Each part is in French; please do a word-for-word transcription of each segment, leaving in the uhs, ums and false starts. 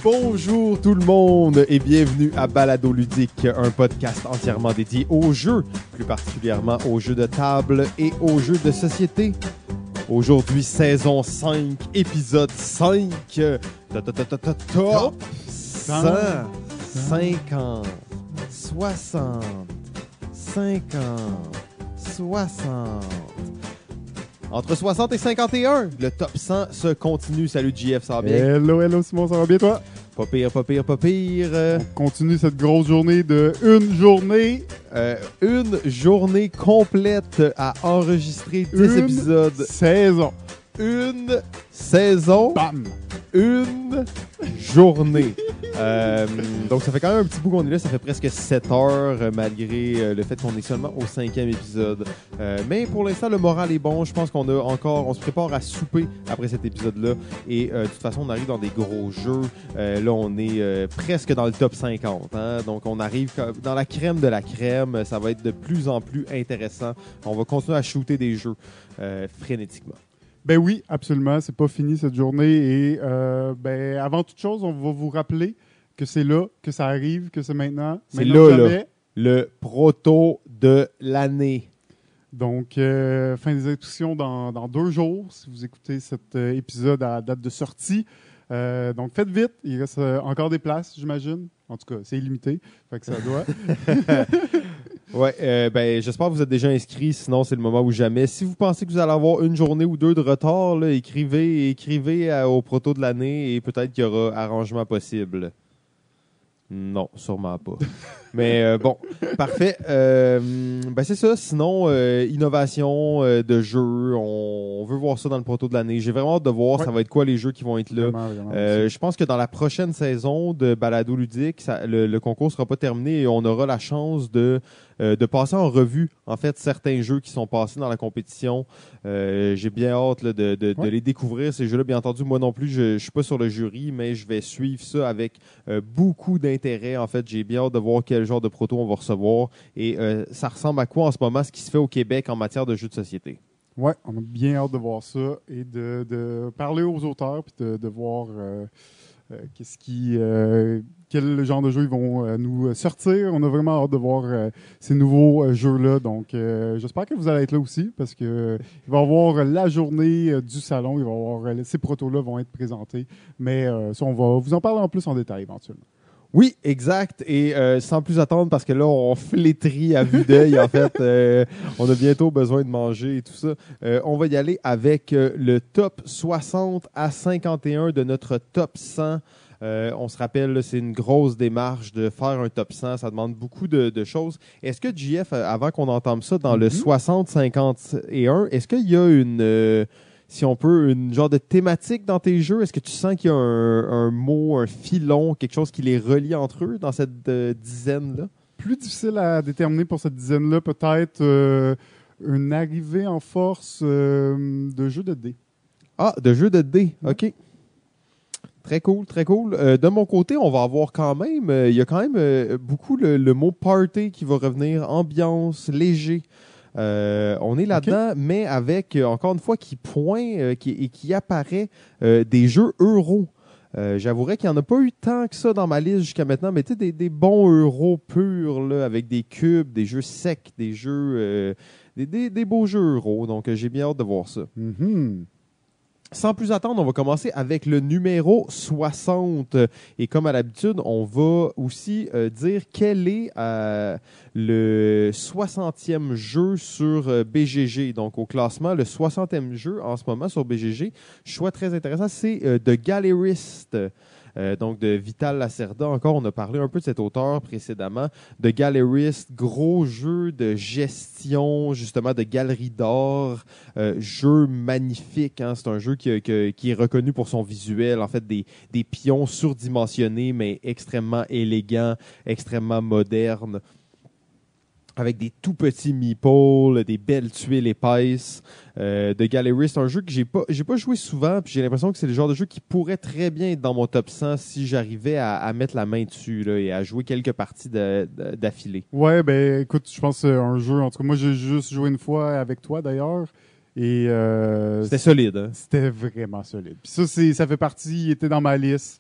Bonjour tout le monde et bienvenue à Balado Ludique, un podcast entièrement dédié aux jeux, plus particulièrement aux jeux de table et aux jeux de société. Aujourd'hui, saison cinq, épisode cinq, top cent cinquante, soixante, cinquante, soixante. Entre soixante et cinquante et un, le top cent se continue. Salut J F, ça va bien? Hello, hello Simon, ça va bien toi? Pas pire, pas pire, pas pire. Euh, On continue cette grosse journée de une journée. euh, une journée complète à enregistrer dix Une épisodes. Saison. Une saison. Bam! Une journée. Euh, donc, ça fait quand même un petit bout qu'on est là. Ça fait presque sept heures, euh, malgré euh, le fait qu'on est seulement au cinquième épisode. Euh, mais pour l'instant, le moral est bon. Je pense qu'on a encore... On se prépare à souper après cet épisode-là. Et euh, de toute façon, on arrive dans des gros jeux. Euh, là, on est euh, presque dans le top cinquante. Hein? Donc, on arrive dans la crème de la crème. Ça va être de plus en plus intéressant. On va continuer à shooter des jeux euh, frénétiquement. Ben oui, absolument. C'est pas fini cette journée. Et euh, ben, avant toute chose, on va vous rappeler que c'est là, que ça arrive, que c'est maintenant. C'est maintenant là, jamais. là. Le proto de l'année. Donc, euh, fin des exécutions dans, dans deux jours, si vous écoutez cet euh, épisode à la date de sortie. Euh, donc, faites vite. Il reste euh, encore des places, j'imagine. En tout cas, c'est illimité. Fait que ça doit. Ouais, euh, ben, j'espère que vous êtes déjà inscrits. Sinon, c'est le moment ou jamais. Si vous pensez que vous allez avoir une journée ou deux de retard, là, écrivez, écrivez à- au proto de l'année et peut-être qu'il y aura arrangement possible. Non, sûrement pas. Mais euh, bon, parfait. Euh, ben c'est ça. Sinon, euh, innovation euh, de jeux, on, on veut voir ça dans le proto de l'année. J'ai vraiment hâte de voir Ouais. ça va être quoi les jeux qui vont être là. Vraiment, vraiment Euh, aussi. je pense que dans la prochaine saison de Balado Ludique, ça, le, le concours sera pas terminé et on aura la chance de, euh, de passer en revue en fait certains jeux qui sont passés dans la compétition. Euh, j'ai bien hâte là, de, de, de Ouais. les découvrir, ces jeux-là. Bien entendu, moi non plus, je, je suis pas sur le jury, mais je vais suivre ça avec euh, beaucoup d'intérêt. En fait, j'ai bien hâte de voir quel genre de proto on va recevoir et euh, ça ressemble à quoi en ce moment ce qui se fait au Québec en matière de jeux de société. Ouais, on a bien hâte de voir ça et de, de parler aux auteurs puis de, de voir euh, euh, qu'est-ce qui, euh, quel genre de jeux ils vont euh, nous sortir. On a vraiment hâte de voir euh, ces nouveaux euh, jeux-là. Donc, euh, j'espère que vous allez être là aussi parce que euh, il va y avoir la journée euh, du salon. Il va y avoir euh, ces protos-là vont être présentés. Mais euh, ça, on va vous en parler en plus en détail éventuellement. Oui, exact. Et euh, sans plus attendre, parce que là, on flétrit à vue d'œil, en fait. Euh, on a bientôt besoin de manger et tout ça. Euh, on va y aller avec euh, le top soixante à cinquante et un de notre top cent. Euh, on se rappelle, là, c'est une grosse démarche de faire un top cent. Ça demande beaucoup de, de choses. Est-ce que, J F, euh, avant qu'on entame ça, dans le Mhm. soixante cinquante et un, est-ce qu'il y a une... euh, si on peut, une genre de thématique dans tes jeux? Est-ce que tu sens qu'il y a un, un mot, un filon, quelque chose qui les relie entre eux dans cette euh, dizaine-là? Plus difficile à déterminer pour cette dizaine-là, peut-être euh, une arrivée en force euh, de jeux de dés. Ah, de jeux de dés. OK. Très cool, très cool. Euh, de mon côté, on va avoir quand même, euh, il y a quand même euh, beaucoup le, le mot party qui va revenir, ambiance, léger. Euh, on est là-dedans, okay. Mais avec, euh, encore une fois, qui pointe euh, qui, et qui apparaît euh, des jeux euros. Euh, j'avouerais qu'il n'y en a pas eu tant que ça dans ma liste jusqu'à maintenant, mais tu sais, des, des bons euros purs, là, avec des cubes, des jeux secs, des jeux, euh, des, des, des beaux jeux euros. Donc, euh, j'ai bien hâte de voir ça. Mm-hmm. Sans plus attendre, on va commencer avec le numéro soixante. Et comme à l'habitude, on va aussi euh, dire quel est euh, le soixantième jeu sur euh, B G G. Donc, au classement, le soixantième jeu en ce moment sur B G G, choix très intéressant, c'est euh, The Gallerist. Euh, donc, de Vital Lacerda. Encore, on a parlé un peu de cet auteur précédemment. The Gallerist, gros jeu de gestion, justement, de galerie d'art. Euh, jeu magnifique. Hein? C'est un jeu qui, qui, qui est reconnu pour son visuel. En fait, des, des pions surdimensionnés, mais extrêmement élégants, extrêmement modernes. Avec des tout petits meeples, des belles tuiles épaisses. Euh, de Gallery, c'est un jeu que j'ai pas, j'ai pas joué souvent, puis j'ai l'impression que c'est le genre de jeu qui pourrait très bien être dans mon top cent si j'arrivais à, à mettre la main dessus là, et à jouer quelques parties de, de, d'affilée. Ouais, ben écoute, je pense que c'est un jeu. En tout cas, moi, j'ai juste joué une fois avec toi d'ailleurs. Et euh, c'était solide. Hein? C'était vraiment solide. Puis ça, c'est, ça fait partie, il était dans ma liste.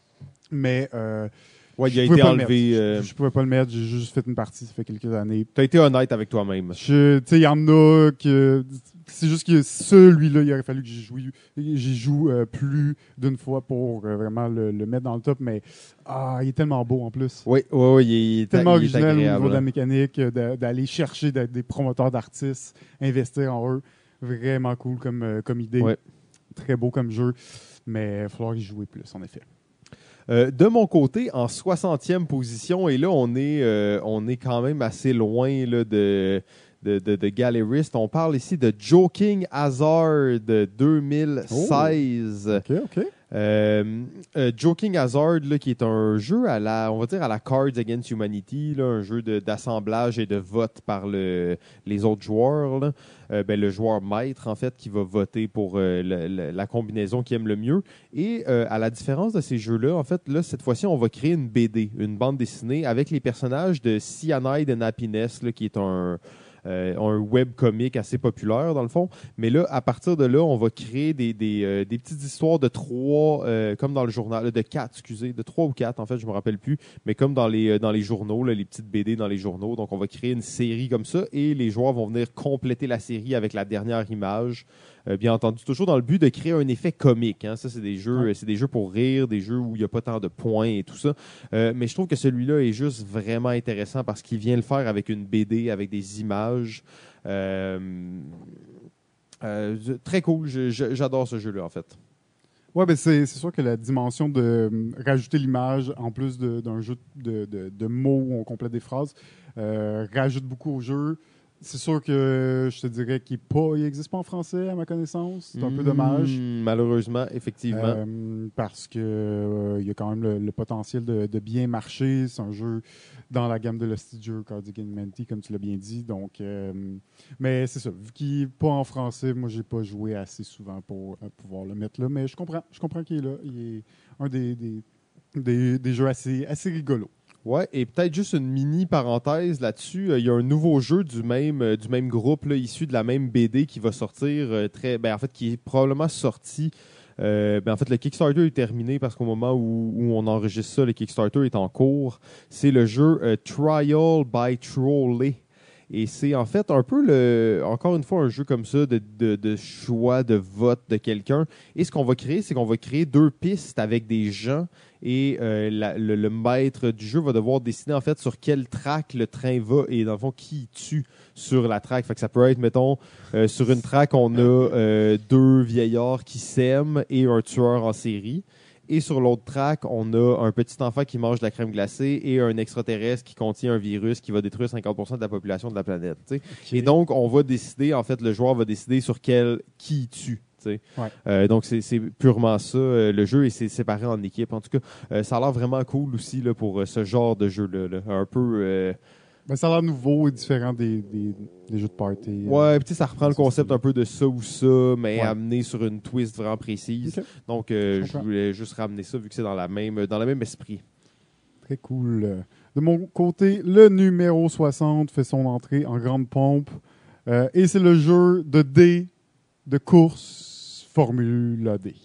Mais euh, Ouais, il a je pouvais été pas le enlevé. mettre. euh, Je, je pouvais pas le mettre. J'ai juste fait une partie, ça fait quelques années. T'as été honnête avec toi-même. Je- Tu sais, il y en a que... C'est juste que celui-là, il aurait fallu que j'y joue, j'y joue euh, plus d'une fois pour euh, vraiment le, le mettre dans le top. Mais ah, il est tellement beau en plus. Oui, oui, oui, il est, Tellement il est original au agréable. niveau de la mécanique, euh, de- d'aller chercher de- des promoteurs d'artistes, investir en eux. Vraiment cool comme, euh, comme idée. Ouais. Très beau comme jeu. Mais il va falloir y jouer plus, en effet. Euh, de mon côté, en soixantième position, et là, on est, euh, on est quand même assez loin là, de, de, de, de Gallerist. On parle ici de Joking Hazard deux mille seize. OK, OK. Euh, euh, Joking Hazard, là, qui est un jeu à la, on va dire à la Cards Against Humanity, là, un jeu de- d'assemblage et de vote par le, les autres joueurs. Là. Euh, ben, le joueur maître, en fait, qui va voter pour euh, le- le- la combinaison qu'il aime le mieux. Et euh, à la différence de ces jeux-là, en fait, là, cette fois-ci, on va créer une B D, une bande dessinée avec les personnages de Cyanide and Happiness, là, qui est un Euh, un webcomic assez populaire, dans le fond. Mais là, à partir de là, on va créer des, des, euh, des petites histoires de trois, euh, comme dans le journal, de quatre, excusez, de trois ou quatre, en fait, je me rappelle plus, mais comme dans les, euh, dans les journaux, là, les petites B D dans les journaux. Donc, on va créer une série comme ça et les joueurs vont venir compléter la série avec la dernière image. Euh, bien entendu, toujours dans le but de créer un effet comique. Hein. Ça, c'est des jeux, Ouais. c'est des jeux pour rire, des jeux où il n'y a pas tant de points et tout ça. Euh, mais je trouve que celui-là est juste vraiment intéressant parce qu'il vient le faire avec une B D, avec des images. Euh, euh, très cool. Je- je- j'adore ce jeu-là, en fait. Ouais, ben c'est c'est sûr que la dimension de euh, rajouter l'image en plus de- d'un jeu de, de- de mots où on complète des phrases euh, rajoute beaucoup au jeu. C'est sûr que je te dirais qu'il n'existe pas en français à ma connaissance. C'est un peu dommage. Mm, malheureusement, effectivement. Euh, parce que euh, il y a quand même le, le potentiel de, de bien marcher. C'est un jeu dans la gamme de Lost Jeu, Cardigan Humanity, comme tu l'as bien dit. Donc, euh, mais c'est ça. Vu qu'il n'est pas en français, moi, j'ai pas joué assez souvent pour euh, pouvoir le mettre là. Mais je comprends. Je comprends qu'il est là. Il est un des, des, des, des jeux assez, assez rigolos. Ouais, et peut-être juste une mini parenthèse là-dessus. Euh, Il y a un nouveau jeu du même, euh, du même groupe, là, issu de la même B D qui va sortir euh, très. Ben, en fait, qui est probablement sorti. Euh, ben, en fait, le Kickstarter est terminé parce qu'au moment où, où on enregistre ça, le Kickstarter est en cours. C'est le jeu euh, Trial by Trolley. Et c'est en fait un peu, le, encore une fois, un jeu comme ça de, de, de choix, de vote de quelqu'un. Et ce qu'on va créer, c'est qu'on va créer deux pistes avec des gens et euh, la- le, le maître du jeu va devoir décider en fait sur quel track le train va et dans le fond qui tue sur la track. Fait que ça peut être, mettons, euh, sur une track, on a euh, deux vieillards qui s'aiment et un tueur en série. Et sur l'autre track, on a un petit enfant qui mange de la crème glacée et un extraterrestre qui contient un virus qui va détruire cinquante pour cent de la population de la planète. T'sais. Et donc, on va décider, en fait, le joueur va décider sur quel qui il tue. t'sais. Ouais. Euh, donc, c'est c'est purement ça, euh, le jeu, et c'est séparé en équipes. En tout cas, euh, ça a l'air vraiment cool aussi là, pour euh, ce genre de jeu-là. là. Un peu... euh, Ben, ça a l'air nouveau et différent des, des, des jeux de party. Ouais, puis tu sais, ça reprend le ça, concept c'est- un peu de ça ou ça, mais Ouais. amené sur une twist vraiment précise. Ok. Donc, euh, Je je comprends. voulais juste ramener ça vu que c'est dans la même dans le même esprit. Très cool. De mon côté, le numéro soixante fait son entrée en grande pompe. Euh, et c'est le jeu de dés de course Formula D.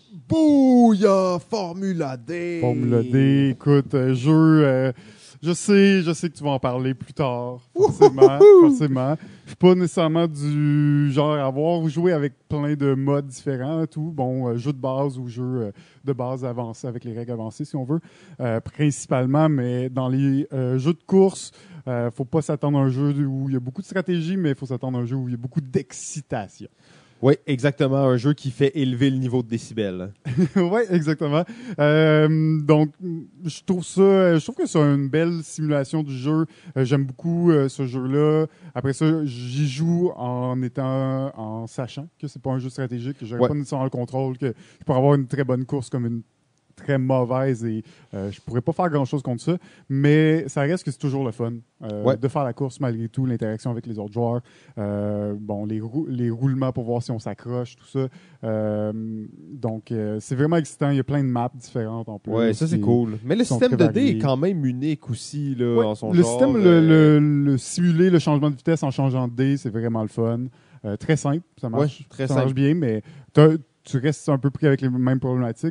Bouya! Formula D! Formula D, écoute, euh, jeu... euh, je sais, je sais que tu vas en parler plus tard, forcément, forcément. Je suis pas nécessairement du genre à avoir joué avec plein de modes différents, tout. Bon, euh, jeu de base ou jeu euh, de base avancé avec les règles avancées, si on veut, euh, principalement. Mais dans les euh, jeux de course, euh, faut pas s'attendre à un jeu où il y a beaucoup de stratégie, mais il faut s'attendre à un jeu où il y a beaucoup d'excitation. Oui, exactement. Un jeu qui fait élever le niveau de décibels. Oui, exactement. Euh, donc, je trouve ça, je trouve que c'est une belle simulation du jeu. Euh, j'aime beaucoup euh, ce jeu-là. Après ça, j'y joue en étant, en sachant que c'est pas un jeu stratégique, que j'aurais Ouais. pas nécessairement le contrôle, que je pourrais avoir une très bonne course comme une très mauvaise et euh, je pourrais pas faire grand-chose contre ça, mais ça reste que c'est toujours le fun euh, Ouais. de faire la course malgré tout, l'interaction avec les autres joueurs, euh, bon, les, rou- les roulements pour voir si on s'accroche, tout ça. Euh, donc, euh, c'est vraiment excitant. Il y a plein de maps différentes en plus. Ouais, ça c'est qui- cool. Mais le sont système très de dés variés. est quand même unique aussi là, Ouais, en son le genre. système, le, euh, le, le simuler le changement de vitesse en changeant de dés, c'est vraiment le fun. Euh, très simple, ça marche, Ouais, très ça marche simple. bien, mais t'as- tu restes un peu pris avec les mêmes problématiques.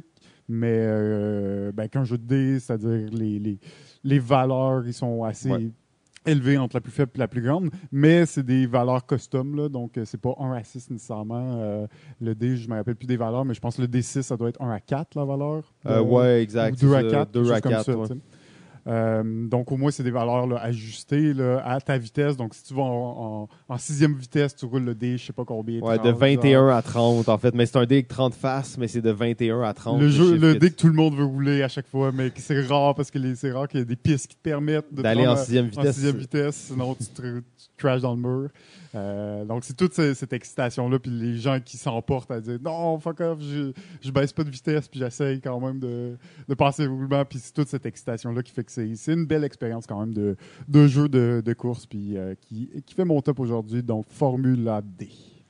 mais euh, ben, qu'un jeu de dés, c'est-à-dire les, les, les valeurs, ils sont assez Ouais. élevées entre la plus faible et la plus grande, mais c'est des valeurs custom, là, donc euh, c'est pas un à six nécessairement. Euh, le dé, je me rappelle plus des valeurs, mais je pense que le dé six, ça doit être un à quatre, la valeur. Euh, Euh, ouais, exact. ou deux à c'est ça, quatre, deux quelque à chose comme quatre, ça, ouais. tu sais. Euh, donc, au moins, c'est des valeurs là, ajustées là, à ta vitesse. Donc, si tu vas en, en, en sixième vitesse, tu roules le dé, je sais pas combien. Ouais, de trente, vingt et genre. un à trente, en fait. Mais c'est un dé avec trente faces, mais c'est de vingt et un à trente. Le jeu, chiffre le que dé tu- que tout le monde veut rouler à chaque fois, mais que c'est rare parce que les- c'est rare qu'il y ait des pistes qui te permettent de D'aller prendre, en euh, sixième en vitesse. sixième vitesse, sinon tu, te, tu te crashes dans le mur. Euh, donc, c'est toute ce- cette excitation-là, puis les gens qui s'emportent à dire « Non, fuck off, je, je baisse pas de vitesse, puis j'essaye quand même de, de passer le roulement. » Puis c'est toute cette excitation-là qui fait que c'est c'est une belle expérience quand même de, de jeu de, de course, puis euh, qui, qui fait mon top aujourd'hui, donc Formula D.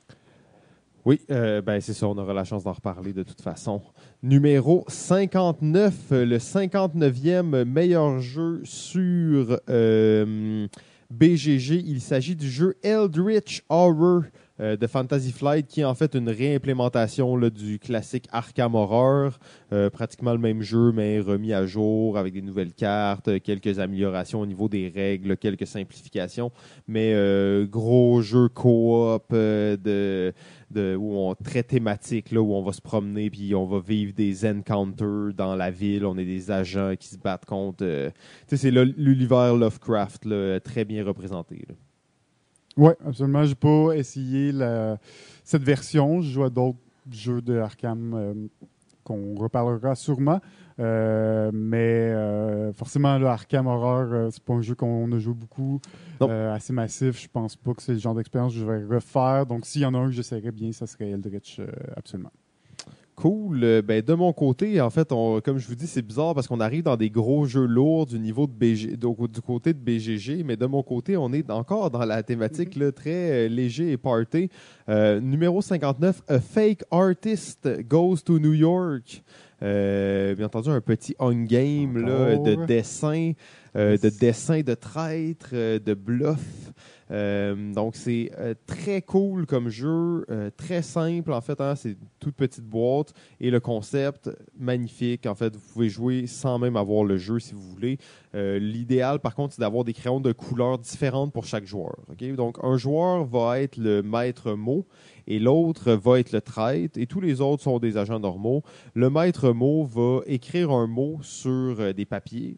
Oui, euh, ben c'est ça, on aura la chance d'en reparler de toute façon. Numéro cinquante-neuf, euh, le cinquante-neuvième meilleur jeu sur euh, B G G. Il s'agit du jeu Eldritch Horror euh, de Fantasy Flight, qui est en fait une réimplémentation là, du classique Arkham Horror. Euh, pratiquement le même jeu, mais remis à jour avec des nouvelles cartes, euh, quelques améliorations au niveau des règles, quelques simplifications. Mais euh, gros jeu coop euh, de... De, où on très thématique, là, où on va se promener puis on va vivre des encounters dans la ville. On est des agents qui se battent contre. Euh, tu sais, c'est là, l'univers Lovecraft là, très bien représenté. Là. Oui, absolument. J'ai pas essayé la, cette version. Je joue à d'autres jeux de Arkham euh, qu'on reparlera sûrement. Euh, mais euh, forcément, le Arkham Horror, euh, c'est pas un jeu qu'on a joué beaucoup, euh, assez massif. Je pense pas que c'est le genre d'expérience que je vais refaire. Donc, s'il y en a un que j'essaierais bien, ça serait Eldritch, euh, absolument. Cool. Euh, ben, de mon côté, en fait, on, comme je vous dis, c'est bizarre parce qu'on arrive dans des gros jeux lourds du niveau de B G, donc, du côté de B G G, mais de mon côté, on est encore dans la thématique là, très euh, léger et party. Euh, numéro cinquante-neuf, A Fake Artist Goes to New York. Euh, bien entendu, un petit on-game là, de dessin, euh, de dessin de traître, euh, de bluff. Euh, donc, c'est euh, très cool comme jeu, euh, très simple en fait. Hein, c'est une toute petite boîte et le concept magnifique. En fait, vous pouvez jouer sans même avoir le jeu si vous voulez. Euh, l'idéal, par contre, c'est d'avoir des crayons de couleurs différentes pour chaque joueur. Okay? Donc, un joueur va être le maître mot et l'autre va être le traître et tous les autres sont des agents normaux. Le maître mot va écrire un mot sur euh, des papiers,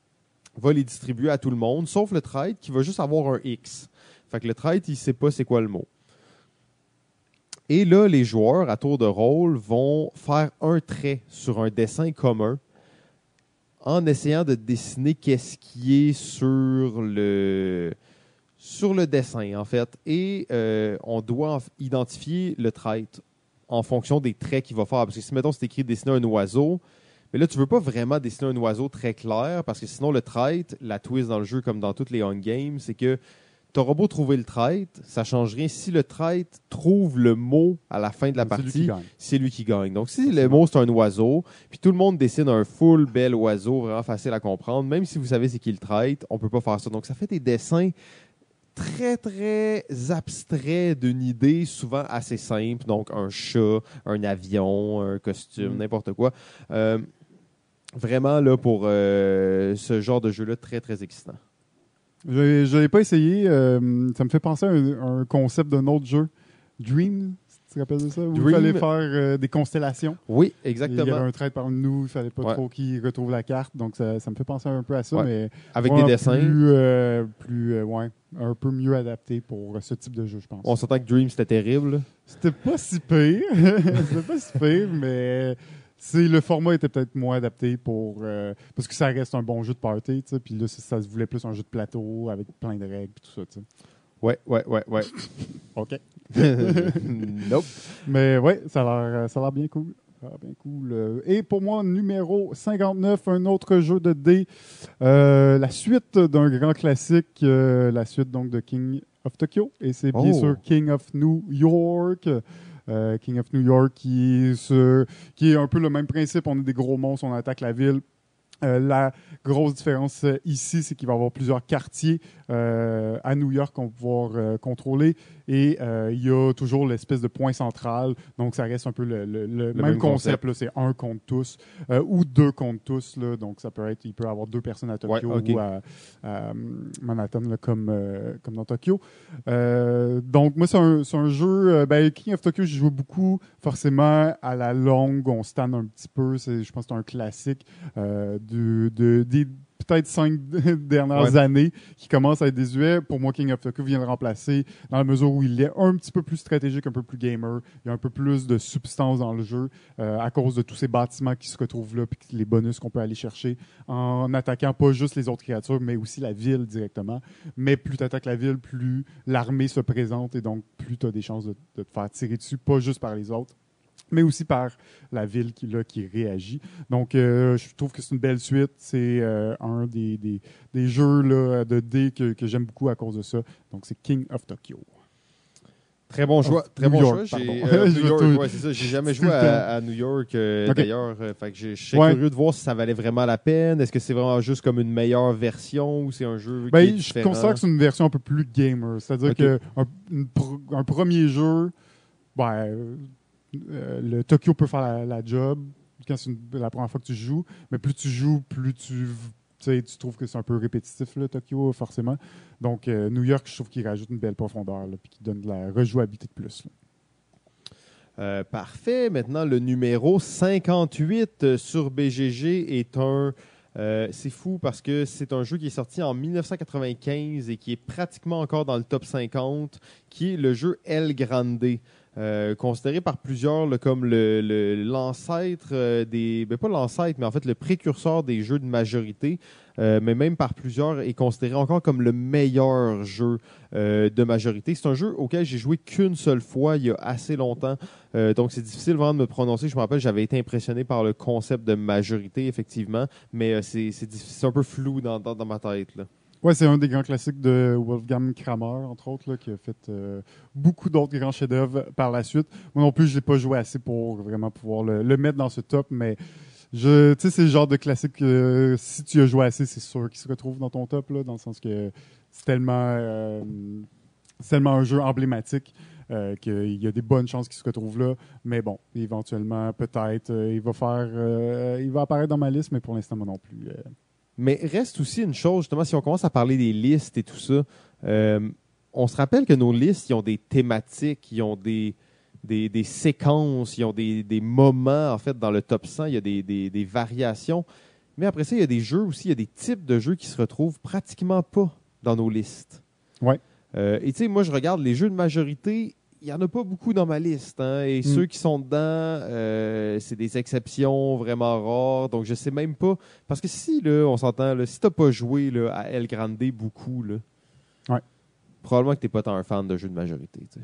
va les distribuer à tout le monde, sauf le traître qui va juste avoir un X. Fait que le traître, il ne sait pas c'est quoi le mot. Et là, les joueurs, à tour de rôle, vont faire un trait sur un dessin commun en essayant de dessiner qu'est-ce qui est sur le, sur le dessin, en fait. Et euh, on doit identifier le traître en fonction des traits qu'il va faire. Parce que si, mettons, c'est écrit « dessiner un oiseau », mais là, tu ne veux pas vraiment dessiner un oiseau très clair parce que sinon, le traître, la twist dans le jeu, comme dans toutes les on-games, c'est que tu auras beau trouver le traître, ça ne change rien. Si le traître trouve le mot à la fin de la C'est partie, lui c'est lui qui gagne. Donc, si le mot, c'est un oiseau, puis tout le monde dessine un full bel oiseau, vraiment facile à comprendre, même si vous savez c'est qui le traître, on ne peut pas faire ça. Donc, ça fait des dessins très, très abstraits d'une idée, souvent assez simple. Donc, un chat, un avion, un costume, mm. n'importe quoi. Euh, vraiment, là, pour euh, ce genre de jeu-là, très, très excitant. Je ne l'ai pas essayé. Euh, ça me fait penser à un, un concept d'un autre jeu. Dream, tu te rappelles de ça? Où Dream. Il fallait faire euh, des constellations. Oui, exactement. Il y avait un trait par nous, il ne fallait pas ouais. trop qu'il retrouve la carte. Donc, ça, ça me fait penser un peu à ça. Ouais. Mais avec des dessins. Plus, euh, plus euh, ouais, un peu mieux adapté pour ce type de jeu, je pense. On s'entend que Dream, c'était terrible. C'était pas si pire. C'était pas si pire, mais... C'est, le format était peut-être moins adapté pour euh, parce que ça reste un bon jeu de party, tu sais, puis là ça, ça se voulait plus un jeu de plateau avec plein de règles et tout ça, tu sais. Ouais, ouais, ouais, ouais. OK. Nope. Mais ouais, ça a l'air ça a l'air bien cool. Ça a l'air bien cool. Et pour moi, numéro cinquante-neuf, un autre jeu de dés, euh, la suite d'un grand classique, euh, la suite donc de King of Tokyo, et c'est bien oh. sûr King of New York. Euh, King of New York, qui est, ce, qui est un peu le même principe. On a des gros monstres, on attaque la ville. Euh, la grosse différence euh, ici, c'est qu'il va y avoir plusieurs quartiers euh, à New York qu'on va pouvoir euh, contrôler. Et euh, il y a toujours l'espèce de point central. Donc, ça reste un peu le, le, le, le même, même concept. Là, c'est un contre tous euh, ou deux contre tous. Là, donc, ça peut être, il peut y avoir deux personnes à Tokyo ouais, okay. ou à, à Manhattan, là, comme, euh, comme dans Tokyo. Euh, donc, moi, c'est un, c'est un jeu... Euh, ben, King of Tokyo, j'y joue beaucoup. Forcément, à la longue, on se tanne un petit peu. C'est, je pense que c'est un classique euh, de, de, des peut-être cinq dernières ouais. années qui commence à être désuet. Pour moi, King of Tokyo vient le remplacer dans la mesure où il est un petit peu plus stratégique, un peu plus gamer. Il y a un peu plus de substance dans le jeu euh, à cause de tous ces bâtiments qui se retrouvent là puis les bonus qu'on peut aller chercher en attaquant pas juste les autres créatures, mais aussi la ville directement. Mais plus tu attaques la ville, plus l'armée se présente et donc plus tu as des chances de, de te faire tirer dessus, pas juste par les autres, mais aussi par la ville qui, là, qui réagit. Donc, euh, je trouve que c'est une belle suite. C'est euh, un des, des, des jeux là, de dés que, que j'aime beaucoup à cause de ça. Donc, c'est King of Tokyo. Très bon choix. Oh, très New bon York, choix. J'ai, euh, New York, ouais, c'est ça. J'ai jamais joué à, à New York, euh, okay. d'ailleurs. Euh, fait que j'ai, je suis ouais. curieux de voir si ça valait vraiment la peine. Est-ce que c'est vraiment juste comme une meilleure version ou c'est un jeu ben, qui est différent? Je considère que c'est une version un peu plus gamer. C'est-à-dire okay. qu'un un premier jeu... Ben, Euh, le Tokyo peut faire la, la job quand c'est une, la première fois que tu joues, mais plus tu joues, plus tu, tu trouves que c'est un peu répétitif, le Tokyo, forcément. Donc, euh, New York, je trouve qu'il rajoute une belle profondeur et qu'il donne de la rejouabilité de plus. Euh, parfait. Maintenant, le numéro cinquante-huit sur B G G est un... Euh, c'est fou parce que c'est un jeu qui est sorti en dix-neuf cent quatre-vingt-quinze et qui est pratiquement encore dans le top cinquante, qui est le jeu El Grande. Euh, considéré par plusieurs là, comme le, le, l'ancêtre euh, des... Ben pas l'ancêtre, mais en fait le précurseur des jeux de majorité, euh, mais même par plusieurs est considéré encore comme le meilleur jeu euh, de majorité. C'est un jeu auquel j'ai joué qu'une seule fois il y a assez longtemps, euh, donc c'est difficile vraiment de me prononcer. Je me rappelle, j'avais été impressionné par le concept de majorité, effectivement, mais euh, c'est, c'est, c'est un peu flou dans, dans, dans ma tête, là. Ouais, c'est un des grands classiques de Wolfgang Kramer, entre autres, là, qui a fait euh, beaucoup d'autres grands chefs-d'œuvre par la suite. Moi non plus, je l'ai pas joué assez pour vraiment pouvoir le, le mettre dans ce top, mais je, tu sais, c'est le genre de classique que euh, si tu as joué assez, c'est sûr qu'il se retrouve dans ton top, là, dans le sens que c'est tellement, euh, c'est tellement un jeu emblématique euh, qu'il y a des bonnes chances qu'il se retrouve là. Mais bon, éventuellement, peut-être, euh, il va faire, euh, il va apparaître dans ma liste, mais pour l'instant, moi non plus. Euh, Mais reste aussi une chose, justement, si on commence à parler des listes et tout ça, euh, on se rappelle que nos listes, ils ont des thématiques, ils ont des, des, des séquences, ils ont des, des moments, en fait, dans le top cent, il y a des, des, des variations. Mais après ça, il y a des jeux aussi, il y a des types de jeux qui se retrouvent pratiquement pas dans nos listes. Ouais. Euh, et tu sais, moi, je regarde les jeux de majorité, il n'y en a pas beaucoup dans ma liste. Hein, et mm. ceux qui sont dedans, euh, c'est des exceptions vraiment rares. Donc, je sais même pas. Parce que si, là, on s'entend, là, si tu n'as pas joué là, à El Grande beaucoup, là, ouais. probablement que tu n'es pas tant un fan de jeux de majorité. T'sais.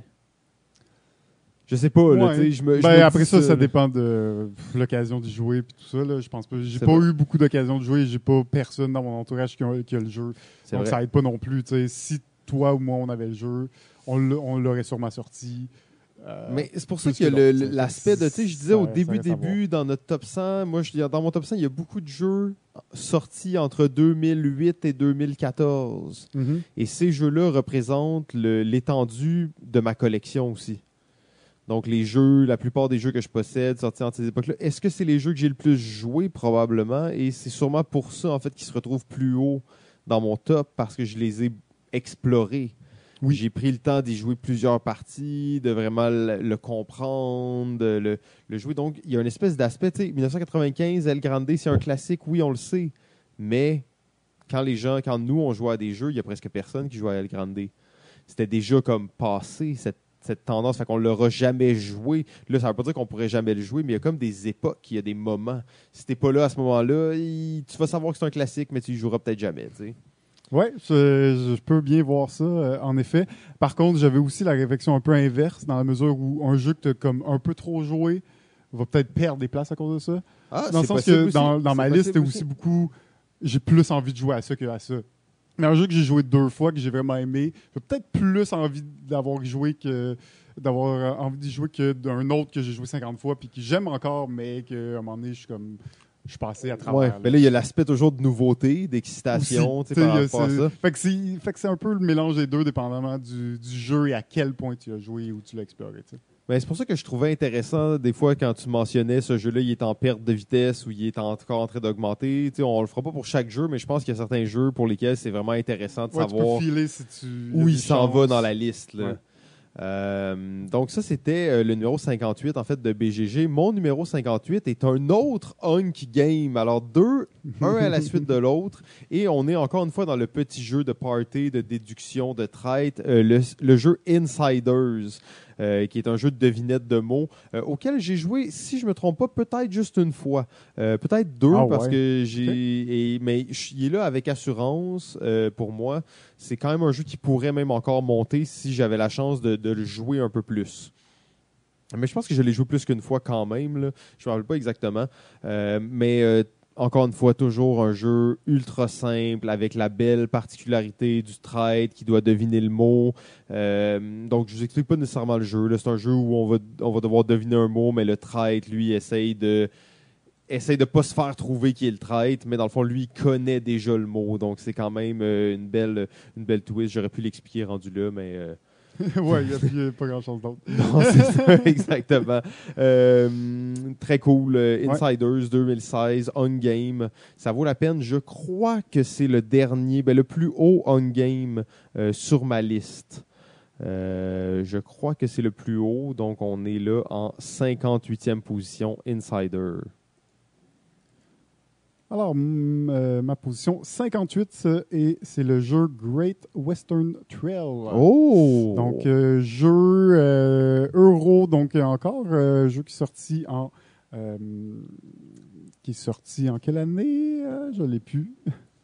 Je sais pas. Ouais. Là, je me, je ben, me après ça, ça, ça là. dépend de l'occasion d'y jouer et tout ça. Là. Je pense pas. J'ai c'est pas vrai. eu beaucoup d'occasions de jouer. J'ai pas personne dans mon entourage qui a, qui a le jeu. C'est Donc, vrai. ça aide pas non plus. T'sais. Si toi ou moi, on avait le jeu, on, on l'aurait sûrement sorti. Euh, mais c'est pour ça qu'il y a le, l'aspect de, tu sais, je disais ça, au début, début, dans notre top cent, moi, je, dans mon top cent, il y a beaucoup de jeux sortis entre deux mille huit et deux mille quatorze. Mm-hmm. Et ces jeux-là représentent le, l'étendue de ma collection aussi. Donc, les jeux, la plupart des jeux que je possède sortis entre ces époques-là, est-ce que c'est les jeux que j'ai le plus joué? Probablement. Et c'est sûrement pour ça, en fait, qu'ils se retrouvent plus haut dans mon top, parce que je les ai explorés. Oui. J'ai pris le temps d'y jouer plusieurs parties, de vraiment le, le comprendre, de le, le jouer. Donc, il y a une espèce d'aspect, tu sais, dix-neuf cent quatre-vingt-quinze, El Grande, c'est un classique, oui, on le sait. Mais quand les gens, quand nous, on jouait à des jeux, il n'y a presque personne qui jouait à El Grande. C'était déjà comme passé, cette, cette tendance, fait qu'on ne l'aura jamais joué. Là, ça ne veut pas dire qu'on ne pourrait jamais le jouer, mais il y a comme des époques, il y a des moments. Si tu n'es pas là à ce moment-là, il, tu vas savoir que c'est un classique, mais tu y joueras peut-être jamais, tu sais. Oui, je, je peux bien voir ça, euh, en effet. Par contre, j'avais aussi la réflexion un peu inverse, dans la mesure où un jeu que tu as comme un peu trop joué va peut-être perdre des places à cause de ça. Ah, dans le sens que dans, dans ma liste, c'est aussi beaucoup... J'ai plus envie de jouer à ça que à ça. Mais un jeu que j'ai joué deux fois, que j'ai vraiment aimé, j'ai peut-être plus envie d'avoir joué que... d'avoir envie d'y jouer que d'un autre que j'ai joué cinquante fois, puis que j'aime encore, mais qu'à un moment donné, je suis comme... je suis passé à travers. Ouais, là. mais là, il y a l'aspect toujours de nouveauté, d'excitation, Aussi, tu sais, par t'sais, rapport à c'est- ça. Fait que c'est, fait que c'est un peu le mélange des deux, dépendamment du, du jeu et à quel point tu as joué ou tu l'as exploré. t'sais. Mais c'est pour ça que je trouvais intéressant, des fois, quand tu mentionnais ce jeu-là, il est en perte de vitesse ou il est encore en train d'augmenter. Tu sais, on le fera pas pour chaque jeu, mais je pense qu'il y a certains jeux pour lesquels c'est vraiment intéressant de Ouais, savoir tu peux filer si tu. y a où des il s'en va chances. dans la liste. Là. Ouais. Euh, donc ça, c'était euh, le numéro cinquante-huit en fait de B G G. Mon numéro cinquante-huit est un autre Hunk Game. Alors deux, un à la suite de l'autre. Et on est encore une fois dans le petit jeu de party, de déduction, de traite, euh, le, le jeu Insiders. Euh, qui est un jeu de devinette de mots, euh, auquel j'ai joué, si je me trompe pas, peut-être juste une fois. Euh, peut-être deux, Ah parce ouais. que j'ai... et- mais je- il est là avec assurance euh, pour moi. C'est quand même un jeu qui pourrait même encore monter si j'avais la chance de, de le jouer un peu plus. Mais je pense que je l'ai joué plus qu'une fois quand même. Là. Je ne me rappelle pas exactement. Euh, mais euh, encore une fois, toujours un jeu ultra simple avec la belle particularité du trade qui doit deviner le mot. Euh, donc, je ne vous explique pas nécessairement le jeu. Là. C'est un jeu où on va, on va devoir deviner un mot, mais le trade, lui, essaye de essaye de pas se faire trouver qui est le traître, mais dans le fond, lui, il connaît déjà le mot. Donc, c'est quand même euh, une belle une belle twist. J'aurais pu l'expliquer rendu là, mais... Euh, ouais, il n'y a pas grand-chose d'autre. non, c'est ça, exactement. Euh, très cool. Euh, Insiders deux mille seize, On Game. Ça vaut la peine. Je crois que c'est le dernier, ben, le plus haut On Game euh, sur ma liste. Euh, je crois que c'est le plus haut. Donc, on est là en cinquante-huitième position, Insider. Alors, m- euh, ma position cinquante-huit, euh, et c'est le jeu Great Western Trail. Oh! Donc, euh, jeu euh, euro, donc euh, encore, euh, jeu qui est sorti en... euh, qui est sorti en quelle année? Euh, je l'ai plus.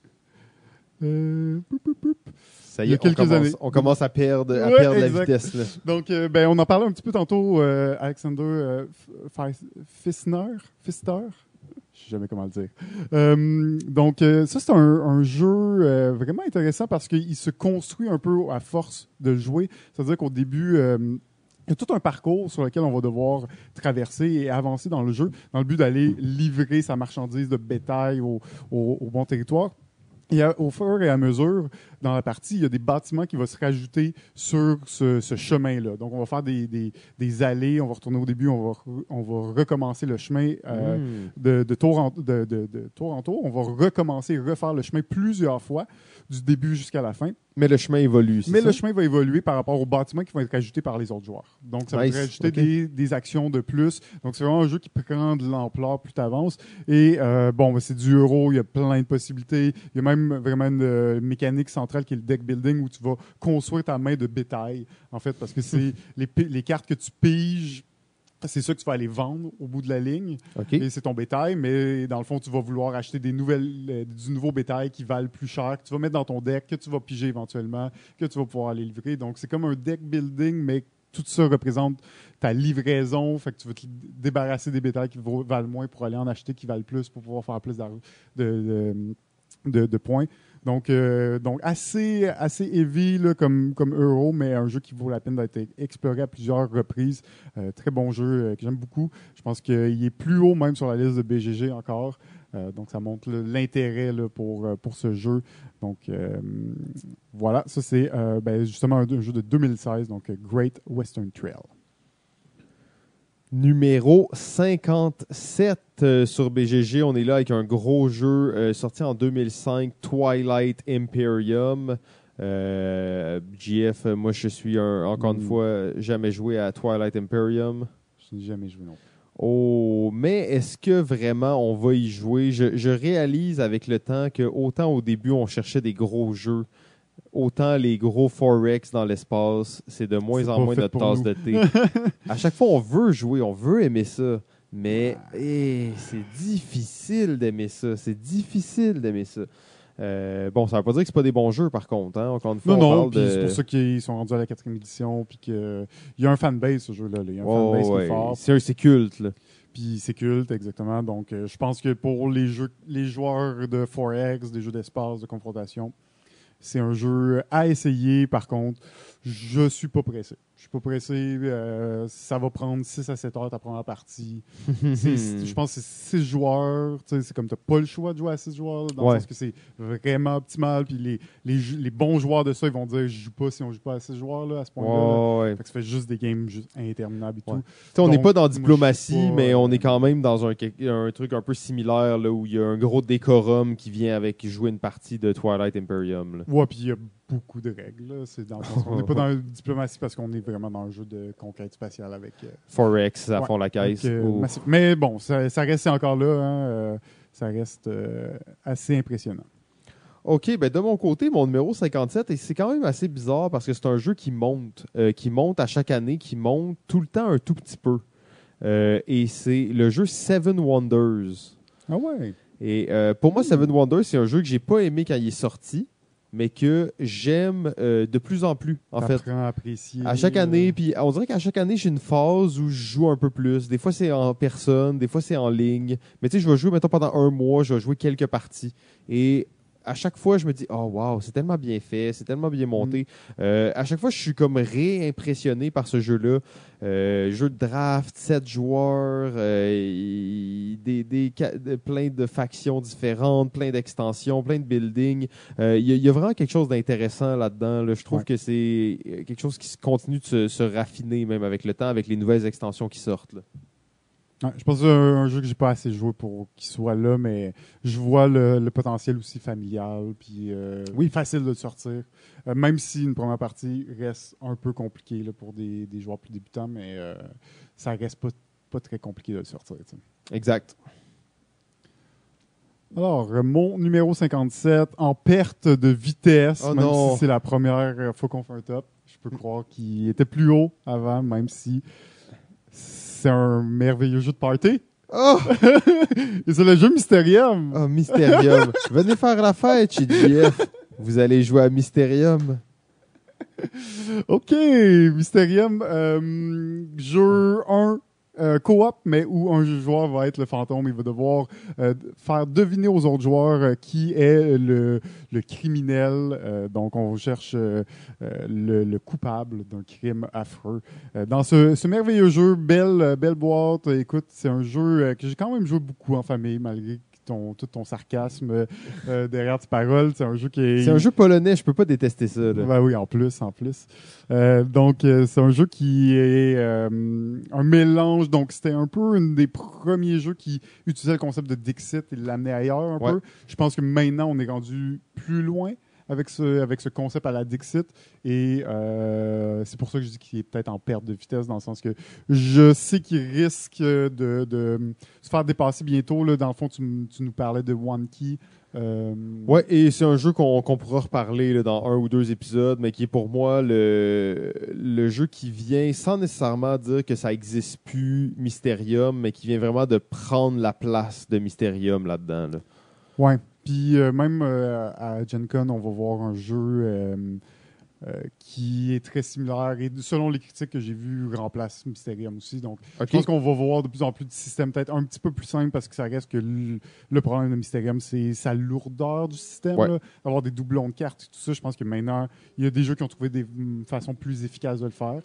Euh, poup, poup, poup. Ça y il y a est, on quelques commence, années. on commence à perdre, à Ouais, perdre la exact. vitesse. Là. Donc, euh, ben, on en parlait un petit peu tantôt, euh, Alexander euh, F- Fissner, Pfister, je sais jamais comment le dire. Euh, donc, euh, ça, c'est un, un jeu euh, vraiment intéressant parce qu'il se construit un peu à force de jouer. C'est-à-dire qu'au début, euh, il y a tout un parcours sur lequel on va devoir traverser et avancer dans le jeu dans le but d'aller livrer sa marchandise de bétail au, au, au bon territoire. Et à, au fur et à mesure, dans la partie, il y a des bâtiments qui vont se rajouter sur ce, ce chemin-là. Donc, on va faire des, des, des allées, on va retourner au début, on va, re- on va recommencer le chemin euh, Mm. de, de, tour en, de, de, de tour en tour. On va recommencer, refaire le chemin plusieurs fois, du début jusqu'à la fin. Mais le chemin évolue, c'est Mais ça? le chemin va évoluer par rapport aux bâtiments qui vont être ajoutés par les autres joueurs. Donc, ça Nice. va rajouter Ok. des, des actions de plus. Donc, c'est vraiment un jeu qui prend de l'ampleur plus tu avances. Et euh, bon, ben, c'est du euro, il y a plein de possibilités. Il y a même vraiment une euh, mécanique centrale qui est le deck building où tu vas construire ta main de bétail, en fait, parce que c'est les, pi- les cartes que tu piges. C'est ça que tu vas aller vendre au bout de la ligne. OK. Et c'est ton bétail, mais dans le fond, tu vas vouloir acheter des nouvelles, euh, du nouveau bétail qui valent plus cher, que tu vas mettre dans ton deck, que tu vas piger éventuellement, que tu vas pouvoir aller livrer. Donc, c'est comme un deck building, mais tout ça représente ta livraison. Fait que tu vas te débarrasser des bétails qui vaut- valent moins pour aller en acheter qui valent plus pour pouvoir faire plus d'argent- de, de, de, de points. Donc, euh, donc assez, assez heavy là, comme, comme Euro, mais un jeu qui vaut la peine d'être exploré à plusieurs reprises. Euh, très bon jeu euh, que j'aime beaucoup. Je pense qu'il est plus haut même sur la liste de B G G encore. Euh, donc, ça montre là, l'intérêt là, pour, euh, pour ce jeu. Donc, euh, voilà, ça c'est euh, ben, justement un, un jeu de deux mille seize, donc euh, Great Western Trail. Numéro cinquante-sept euh, sur B G G. On est là avec un gros jeu euh, sorti en deux mille cinq, Twilight Imperium. Euh, G F, euh, moi je suis un, encore une Mm. fois jamais joué à Twilight Imperium. Je n'ai jamais joué non plus. Oh, mais est-ce que vraiment on va y jouer? Je, je réalise avec le temps que autant au début on cherchait des gros jeux, autant les gros Forex dans l'espace, c'est de moins C'est en pas moins fait notre pour tasse nous. de thé. À chaque fois, on veut jouer, on veut aimer ça, mais eh, c'est difficile d'aimer ça. C'est difficile d'aimer ça. Euh, bon, ça ne veut pas dire que c'est pas des bons jeux, par contre. Hein? Encore une fois, Non, on non, parle puis de... c'est pour ça qu'ils sont rendus à la quatrième édition, puis qu'il y a un fanbase, ce jeu-là. là. Il y a un Oh, fanbase qui ouais. est fort. C'est un- c'est culte, là. Puis c'est culte, exactement. Donc, euh, je pense que pour les jeux, les joueurs de Forex, des jeux d'espace, de confrontation, c'est un jeu à essayer. Par contre, je suis pas pressé. Je suis pas pressé. Euh, ça va prendre six à sept heures ta première partie. C'est- Je pense que c'est six joueurs. Tu sais, c'est comme tu n'as pas le choix de jouer à six joueurs, là, dans Ouais. le sens que c'est vraiment optimal. Puis les, les, jou- les bons joueurs de ça, ils vont dire je joue pas si on joue pas à six joueurs là, à ce point-là. là. Ouais, ouais. Fait que ça fait juste des games juste interminables et Ouais. tout. Tu sais, on n'est Donc, pas dans moi, je diplomatie, suis pas, mais euh, on est quand même dans un, un truc un peu similaire là, où il y a un gros décorum qui vient avec jouer une partie de Twilight Imperium. Là. Ouais, puis il y a beaucoup de règles. Là. C'est dans le sens qu'on n'est pas dans la diplomatie parce qu'on est vraiment dans un jeu de conquête spatiale avec. euh, Forex à ouais, fond la caisse. avec, euh, Oh. massif. Mais bon, ça, ça reste encore là. Hein, euh, ça reste euh, assez impressionnant. OK, ben de mon côté, mon numéro cinquante-sept, et c'est quand même assez bizarre parce que c'est un jeu qui monte, euh, qui monte à chaque année, qui monte tout le temps un tout petit peu. Euh, et c'est le jeu Seven Wonders. Ah ouais. Et euh, pour moi, Seven Wonders, c'est un jeu que j'ai pas aimé quand il est sorti, mais que j'aime euh, de plus en plus, en fait. T'apprends à apprécier. À chaque année, euh, puis on dirait qu'à chaque année, j'ai une phase où je joue un peu plus. Des fois, c'est en personne, des fois, c'est en ligne. Mais tu sais, je vais jouer, mettons, pendant un mois, je vais jouer quelques parties. Et à chaque fois, je me dis, oh wow, c'est tellement bien fait, c'est tellement bien monté. Euh, à chaque fois, je suis comme réimpressionné par ce jeu-là. Euh, jeu de draft, sept joueurs, euh, y- des, des, ca- de- plein de factions différentes, plein d'extensions, plein de buildings. Euh, Il y, a- il y a vraiment quelque chose d'intéressant là-dedans. Là. Je trouve Ouais. que c'est euh, quelque chose qui se continue de se, se raffiner même avec le temps, avec les nouvelles extensions qui sortent. Là. ouais, je pense que c'est un, un jeu que j'ai pas assez joué pour qu'il soit là, mais je vois le, le potentiel aussi familial, puis euh, Oui. facile de le sortir. Euh, même si une première partie reste un peu compliquée là, pour des, des joueurs plus débutants, mais euh, ça reste pas, pas très compliqué de le sortir. tu sais. Exact. Alors, euh, mon numéro cinquante-sept, en perte de vitesse, Oh même non. si c'est la première fois qu'on fait un top. Je peux croire qu'il était plus haut avant, même si c'est un merveilleux jeu de party. Oh! Et c'est le jeu Mysterium. Oh, Mysterium. Venez faire la fête chez J F. Vous allez jouer à Mysterium. OK, Mysterium, euh, jeu un, euh, coop, mais où un joueur va être le fantôme. Il va devoir euh, faire deviner aux autres joueurs euh, qui est le, le criminel. Euh, donc, on cherche euh, euh, le, le coupable d'un crime affreux. Euh, dans ce, ce merveilleux jeu, belle, euh, belle boîte. Écoute, c'est un jeu euh, que j'ai quand même joué beaucoup en famille, malgré ton, tout ton sarcasme euh, derrière tes paroles. C'est un jeu qui est... C'est un jeu polonais, je peux pas détester ça. Là. Ben oui, en plus, en plus. Euh, donc, euh, c'est un jeu qui est euh, un mélange. Donc, c'était un peu un des premiers jeux qui utilisait le concept de Dixit et l'amener ailleurs un Ouais. peu. Je pense que maintenant, on est rendu plus loin avec ce, avec ce concept à la Dixit. Et euh, c'est pour ça que je dis qu'il est peut-être en perte de vitesse, dans le sens que je sais qu'il risque de, de se faire dépasser bientôt. Là. Dans le fond, tu, m- tu nous parlais de One Key. Euh, Ouais, et c'est un jeu qu'on qu'on pourra reparler là, dans un ou deux épisodes, mais qui est pour moi le, le jeu qui vient sans nécessairement dire que ça existe plus Mysterium, mais qui vient vraiment de prendre la place de Mysterium là-dedans. Là. Ouais. Puis euh, même euh, à Gen Con, on va voir un jeu euh, euh, qui est très similaire et selon les critiques que j'ai vues, remplace Mysterium aussi. Donc, OK. je pense qu'on va voir de plus en plus de systèmes peut-être un petit peu plus simples parce que ça reste que le, le problème de Mysterium, c'est sa lourdeur du système. Ouais. là. Avoir des doublons de cartes et tout ça, je pense que maintenant, il y a des jeux qui ont trouvé des mm, façons plus efficaces de le faire.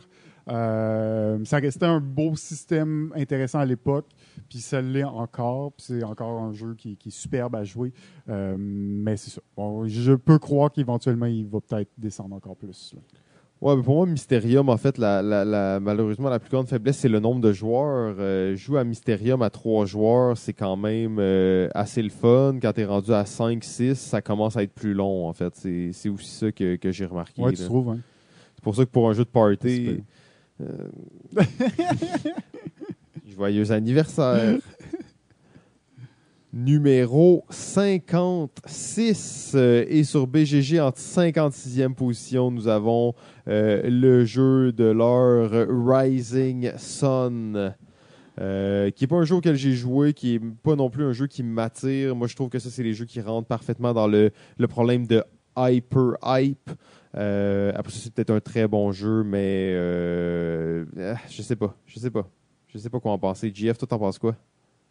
Euh, ça restait un beau système intéressant à l'époque, puis ça l'est encore, puis c'est encore un jeu qui, qui est superbe à jouer. Euh, mais c'est ça. Bon, je peux croire qu'éventuellement, il va peut-être descendre encore plus. là. Ouais, mais pour moi, Mysterium, en fait, la, la, la- malheureusement, la plus grande faiblesse, c'est le nombre de joueurs. Euh, jouer à Mysterium à trois joueurs, c'est quand même euh, assez le fun. Quand tu es rendu à cinq, six, ça commence à être plus long, en fait. C'est c'est aussi ça que, que j'ai remarqué. Ouais, là. tu trouves, hein? C'est pour ça que pour un jeu de C'est party, euh, joyeux anniversaire. Numéro cinquante-six. Euh, et sur B G G, en cinquante-sixième position, nous avons euh, le jeu de l'heure Rising Sun. Euh, qui n'est pas un jeu auquel j'ai joué, qui n'est pas non plus un jeu qui m'attire. Moi, je trouve que ça, c'est les jeux qui rentrent parfaitement dans le, le problème de hyper-hype. Euh, après ça, c'est peut-être un très bon jeu, mais euh, ah, je sais pas. Je sais pas. Je sais pas quoi en penser. J F, toi, t'en penses quoi?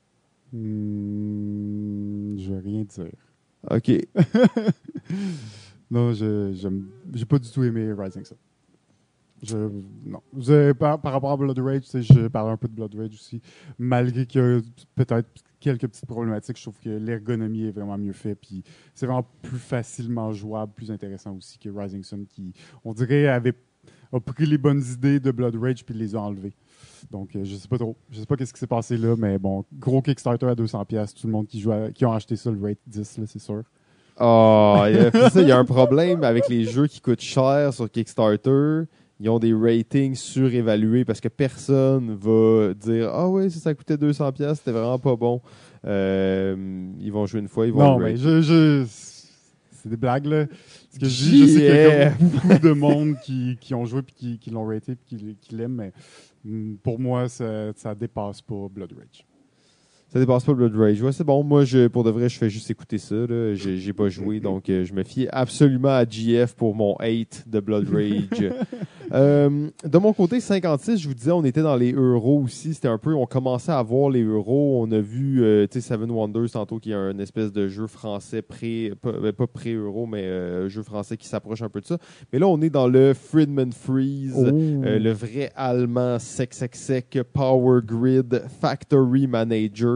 Hmm, je vais rien dire. OK. Non, je j'aime- j'ai pas du tout aimé Rising Sun. Je, non. Je, par, par rapport à Blood Rage, je parlais un peu de Blood Rage aussi. Malgré qu'il y a peut-être quelques petites problématiques, je trouve que l'ergonomie est vraiment mieux faite. Puis c'est vraiment plus facilement jouable, plus intéressant aussi que Rising Sun, qui, on dirait, avait, a pris les bonnes idées de Blood Rage puis les a enlevées. Donc, euh, je sais pas trop. Je sais pas qu'est-ce qui s'est passé là, mais bon, gros Kickstarter à deux cents dollars. Tout le monde qui, joue à, qui ont acheté ça, le rate dix, là, c'est sûr. Ah, oh, puis ça, il y a un problème avec les jeux qui coûtent cher sur Kickstarter. Ils ont des ratings surévalués parce que personne va dire « Ah oui, ça, ça coûtait deux cents dollars, c'était vraiment pas bon. Euh, » Ils vont jouer une fois, ils vont Non, le mais rate. je, je... c'est des blagues, là. Ce que je dis, je sais qu'il y a comme beaucoup de monde qui, qui ont joué puis qui, qui l'ont raté puis qui, qui l'aiment, mais mm, pour moi, ça, ça dépasse pas Blood Rage. Ça dépasse pas Blood Rage. Ouais, c'est bon. Moi, je, pour de vrai, je fais juste écouter ça. Là. J'ai, j'ai pas joué, donc euh, je me fie absolument à G F pour mon hate de Blood Rage. euh, de mon côté, cinquante-six, je vous disais, on était dans les euros aussi. C'était un peu, on commençait à voir les euros. On a vu, euh, tu sais, Seven Wonders tantôt, qui est un espèce de jeu français pré, pas, pas pré-euro, mais euh, jeu français qui s'approche un peu de ça. Mais là, on est dans le Friedman Freeze, Oh. euh, le vrai allemand sec, sec, sec, Power Grid Factory Manager.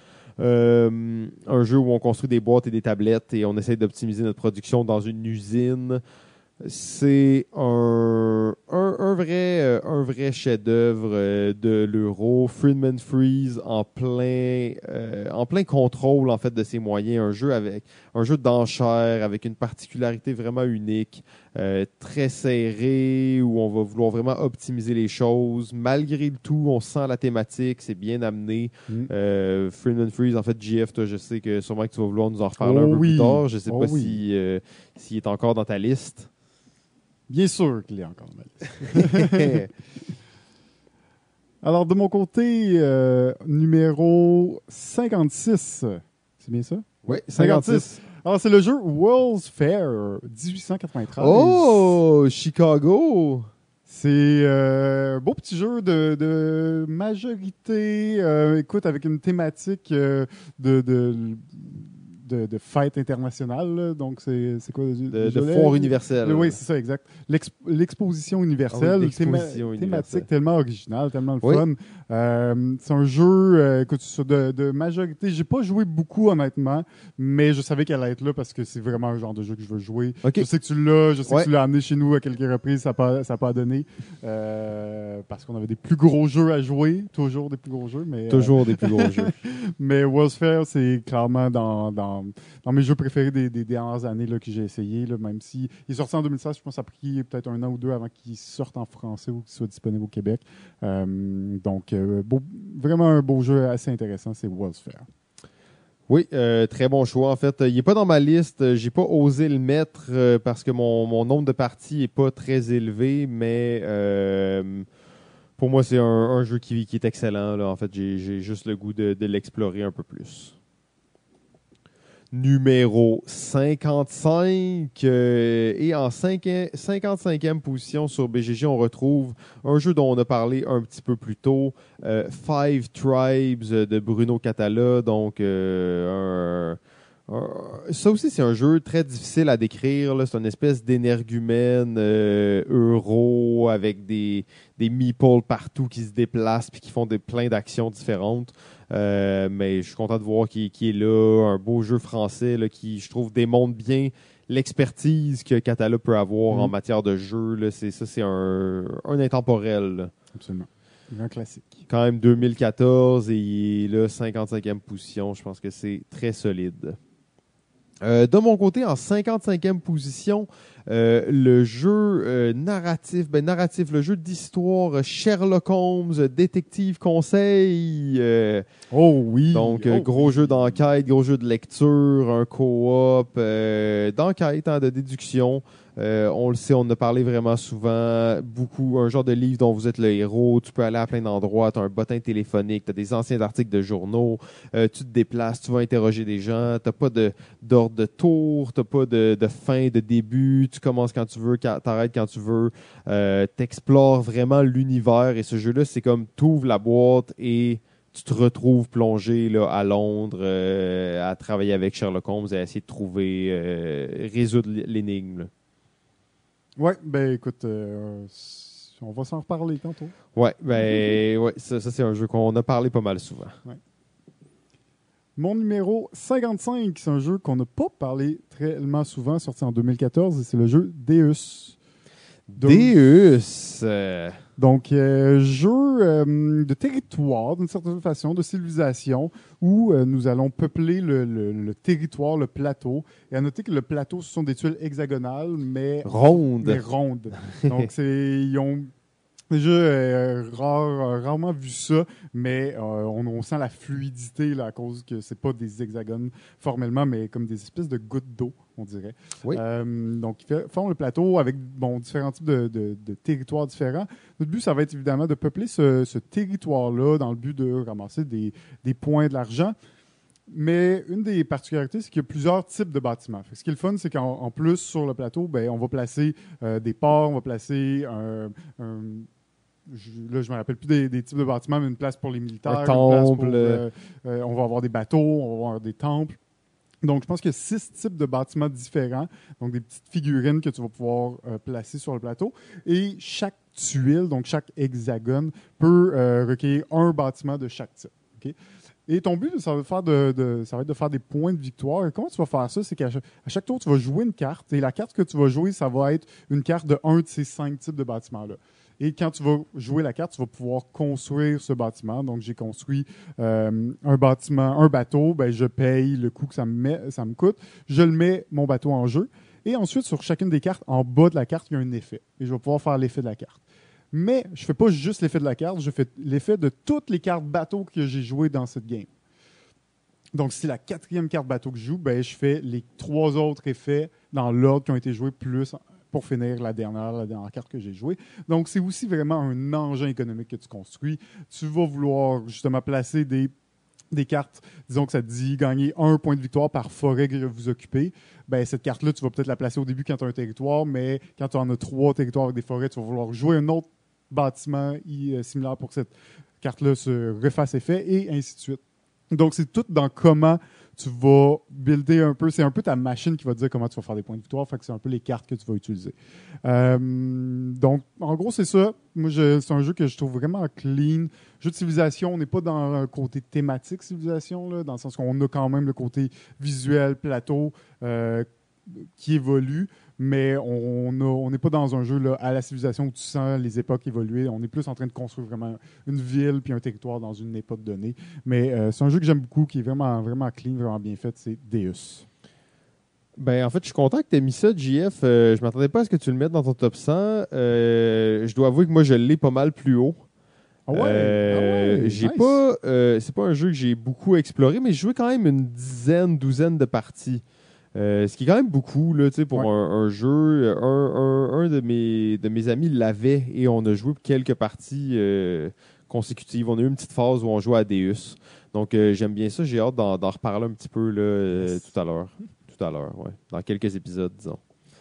Euh, un jeu où on construit des boîtes et des tablettes et on essaie d'optimiser notre production dans une usine. C'est un, un, un vrai, euh, un vrai chef-d'œuvre euh, de l'euro. Friedman Freeze en plein, euh, en plein contrôle en fait de ses moyens. Un jeu avec un jeu d'enchères avec une particularité vraiment unique, euh, très serré où on va vouloir vraiment optimiser les choses. Malgré le tout, on sent la thématique, c'est bien amené. Mm. Euh, Friedman Freeze, en fait, G F, toi, je sais que sûrement que tu vas vouloir nous en reparler Oh un peu oui. plus tard. Je sais Oh pas oui. si euh, s'il est encore dans ta liste. Bien sûr qu'il est encore dans ma liste. Alors, de mon côté, euh, numéro cinquante-six. C'est bien ça? Oui, cinquante-six. Alors, c'est le jeu World's Fair dix-huit cent quatre-vingt-treize. Oh, Chicago! C'est euh, un beau petit jeu de, de majorité, euh, écoute, avec une thématique euh, de, de, de, de fête internationale. Là. Donc, c'est, c'est quoi? De, de foire universelle. Oui, c'est ça, exact. L'ex, l'exposition universelle, Ah oui, l'exposition théma, universelle. thématique tellement originale, tellement le Oui. fun. Euh, c'est un jeu euh, écoute, de, de majorité. J'ai pas joué beaucoup, honnêtement, mais je savais qu'elle allait être là parce que c'est vraiment un genre de jeu que je veux jouer. Okay. Je sais que tu l'as, je sais Ouais. que tu l'as amené chez nous à quelques reprises, ça n'a pas, ça a pas donné. Euh, parce qu'on avait des plus gros jeux à jouer, toujours des plus gros jeux. Mais, Toujours euh, des plus gros jeux. Mais World's Fair, c'est clairement dans, dans, dans mes jeux préférés des, des dernières années là, que j'ai essayé, là, même si il est sorti en deux mille seize, je pense que ça a pris peut-être un an ou deux avant qu'il sorte en français ou qu'il soit disponible au Québec. Euh, donc, euh, beau, vraiment un beau jeu assez intéressant, c'est World's Fair. Oui, euh, très bon choix. En fait, il n'est pas dans ma liste. J'ai pas osé le mettre euh, parce que mon, mon nombre de parties n'est pas très élevé, mais euh, pour moi, c'est un, un jeu qui, qui est excellent. Là. En fait, j'ai, j'ai juste le goût de, de l'explorer un peu plus. Numéro cinquante-cinq. Euh, et en cinquante-cinquième position sur B G G, on retrouve un jeu dont on a parlé un petit peu plus tôt, euh, Five Tribes de Bruno Catala. Donc, euh, un, un, ça aussi, c'est un jeu très difficile à décrire. Là. C'est une espèce d'énergumène euh, euro avec des, des meeples partout qui se déplacent et qui font des, plein d'actions différentes. Euh, mais je suis content de voir qu'il, qu'il est là, un beau jeu français là, qui, je trouve, démontre bien l'expertise que Catala peut avoir mmh. en matière de jeu. Là. C'est, ça, c'est un, un intemporel. Là. Absolument. Un classique. Quand même deux mille quatorze et il est là, cinquante-cinquième position. Je pense que c'est très solide. Euh, de mon côté, en cinquante-cinquième position, euh, le jeu euh, narratif, ben narratif, le jeu d'histoire Sherlock Holmes, détective conseil. Euh, oh oui. Donc, oh, euh, gros oui. jeu d'enquête, gros jeu de lecture, un co-op, euh, d'enquête, hein, de déduction. Euh, on le sait, on en a parlé vraiment souvent. Beaucoup, un genre de livre dont vous êtes le héros. Tu peux aller à plein d'endroits. Tu as un bottin téléphonique. Tu as des anciens articles de journaux. Euh, tu te déplaces. Tu vas interroger des gens. Tu n'as pas de, d'ordre de tour. Tu n'as pas de, de fin, de début. Tu commences quand tu veux. Tu arrêtes quand tu veux. Euh, tu explores vraiment l'univers. Et ce jeu-là, c'est comme tu ouvres la boîte et tu te retrouves plongé là, à Londres euh, à travailler avec Sherlock Holmes et à essayer de trouver, euh, résoudre l'énigme. Là. Oui, ben écoute, euh, on va s'en reparler tantôt. Ouais, ben, ouais, ça, ça c'est un jeu qu'on a parlé pas mal souvent. Ouais. Mon numéro cinquante-cinq, c'est un jeu qu'on n'a pas parlé tellement souvent, sorti en deux mille quatorze, et c'est le jeu Deus. Donc, Deus! euh, Donc, euh, jeu euh, de territoire, d'une certaine façon, de civilisation, où euh, nous allons peupler le, le- le territoire, le plateau. Et à noter que le plateau, ce sont des tuiles hexagonales, mais Ronde. mais rondes. Donc, c'est, ils ont déjà euh, rare- rarement vu ça, mais euh, on, on sent la fluidité là, à cause que c'est pas des hexagones formellement, mais comme des espèces de gouttes d'eau, on dirait. Oui. Euh, donc, ils fait- font le plateau avec bon, différents types de, de- de territoires différents. Notre but, ça va être évidemment de peupler ce, ce territoire-là dans le but de ramasser des, des points de l'argent. Mais une des particularités, c'est qu'il y a plusieurs types de bâtiments. Fait que ce qui est le fun, c'est qu'en en plus, sur le plateau, ben, on va placer euh, des ports, on va placer un... un- je, là, je me rappelle plus des, des types de bâtiments, mais une place pour les militaires, Un une place pour, temple. euh, euh, on va avoir des bateaux, on va avoir des temples. Donc, je pense qu'il y a six types de bâtiments différents, donc des petites figurines que tu vas pouvoir euh, placer sur le plateau. Et chaque tuile, donc chaque hexagone, peut euh, recueillir un bâtiment de chaque type. OK? Et ton but, ça va, faire de, de- ça va être de faire des points de victoire. Et comment tu vas faire ça? C'est qu'à chaque, à chaque tour, tu vas jouer une carte. Et la carte que tu vas jouer, ça va être une carte de un de ces cinq types de bâtiments-là. Et quand tu vas jouer la carte, tu vas pouvoir construire ce bâtiment. Donc, j'ai construit euh, un bâtiment, un bateau. Ben, je paye le coût que ça me, met, ça me coûte. Je le mets, mon bateau, en jeu. Et ensuite, sur chacune des cartes, en bas de la carte, il y a un effet. Et je vais pouvoir faire l'effet de la carte. Mais je ne fais pas juste l'effet de la carte, je fais l'effet de toutes les cartes bateaux que j'ai jouées dans cette game. Donc, si c'est la quatrième carte bateau que je joue, ben, je fais les trois autres effets dans l'ordre qui ont été joués plus pour finir la dernière, la dernière carte que j'ai jouée. Donc, c'est aussi vraiment un engin économique que tu construis. Tu vas vouloir justement placer des, des cartes, disons que ça te dit gagner un point de victoire par forêt que vous occupez. Ben, cette carte-là, tu vas peut-être la placer au début quand tu as un territoire, mais quand tu en as trois territoires avec des forêts, tu vas vouloir jouer un autre bâtiment euh, similaire pour que cette carte-là se refasse effet, et ainsi de suite. Donc, c'est tout dans comment tu vas builder un peu. C'est un peu ta machine qui va te dire comment tu vas faire des points de victoire. Fait que c'est un peu les cartes que tu vas utiliser. Euh, donc, en gros, c'est ça. Moi, je, c'est un jeu que je trouve vraiment clean. Jeu de civilisation, on n'est pas dans un côté thématique civilisation, là, dans le sens qu'on a quand même le côté visuel, plateau, euh, qui évolue, mais on n'est on pas dans un jeu là, à la civilisation où tu sens les époques évoluer. On est plus en train de construire vraiment une ville puis un territoire dans une époque donnée. Mais euh, c'est un jeu que j'aime beaucoup, qui est vraiment, vraiment clean, vraiment bien fait. C'est Deus. Ben, en fait, je suis content que tu aies mis ça, J F. Euh, je m'attendais pas à ce que tu le mettes dans ton top cent. Euh, je dois avouer que moi, je l'ai pas mal plus haut. Ah ouais? Euh, ah ouais j'ai nice. pas, euh, c'est pas un jeu que j'ai beaucoup exploré, mais j'ai joué quand même une dizaine, douzaine de parties. Euh, ce qui est quand même beaucoup là, tu sais, pour Ouais. un, un jeu. Un, un- un de, mes, de mes amis l'avait et on a joué quelques parties euh, consécutives. On a eu une petite phase où on jouait à Deus. Donc euh, j'aime bien ça. J'ai hâte d'en, d'en reparler un petit peu là, euh, Yes. tout à l'heure. Tout à l'heure, ouais. Dans quelques épisodes, disons.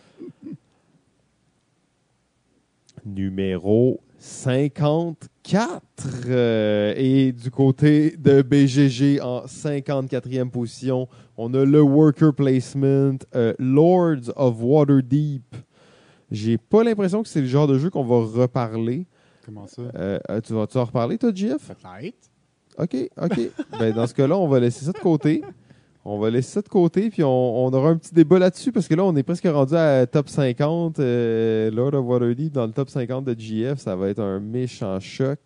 Numéro cinquante-quatre. Euh, et du côté de B G G en cinquante-quatrième position, on a le Worker Placement euh, Lords of Waterdeep. J'ai pas l'impression que c'est le genre de jeu qu'on va reparler. Comment ça? Euh, euh, tu vas-tu en reparler, toi, Jeff? Peut-être. OK, OK. Ben, dans ce cas-là, on va laisser ça de côté. On va laisser ça de côté, puis on, on aura un petit débat là-dessus, parce que là, on est presque rendu à top cinquante. Euh, Lord of Waterdeep dans le top cinquante de G F, ça va être un méchant choc.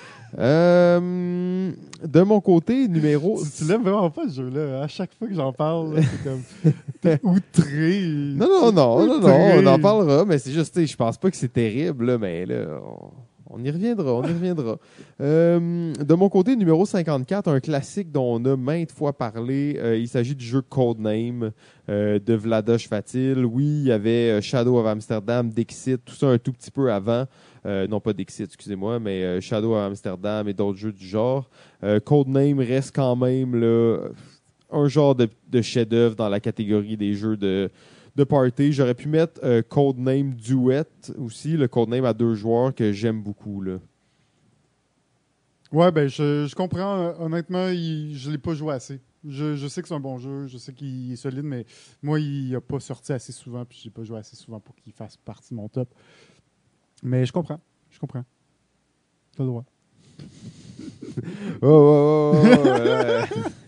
Euh, de mon côté, numéro... Tu, tu l'aimes vraiment pas, ce jeu-là. À chaque fois que j'en parle, là, c'est comme... T'es outré. Non, non, non, non, non, Outré. on en parlera, mais c'est juste, tu sais, je pense pas que c'est terrible, là, mais là, on, on y reviendra, on y reviendra. Euh, de mon côté, numéro cinquante-quatre, un classique dont on a maintes fois parlé, euh, il s'agit du jeu Codename euh, de Vlados Fatil. Oui, il y avait Shadow of Amsterdam, Dixit, tout ça un tout petit peu avant. Euh, non, pas Dixit, excusez-moi, mais euh, Shadow of Amsterdam et d'autres jeux du genre. Euh, Codename reste quand même là, un genre de, de chef-d'œuvre dans la catégorie des jeux de, de party. J'aurais pu mettre euh, Codename Duet aussi, le Codename à deux joueurs que j'aime beaucoup. Là. Ouais, ben je, je comprends. Euh, Honnêtement, il, je l'ai pas joué assez. Je, je sais que c'est un bon jeu, je sais qu'il est solide, mais moi, il a pas sorti assez souvent, puis j'ai pas joué assez souvent pour qu'il fasse partie de mon top. Mais je comprends. je comprends. T'as le droit. oh, oh, oh, oh, ouais.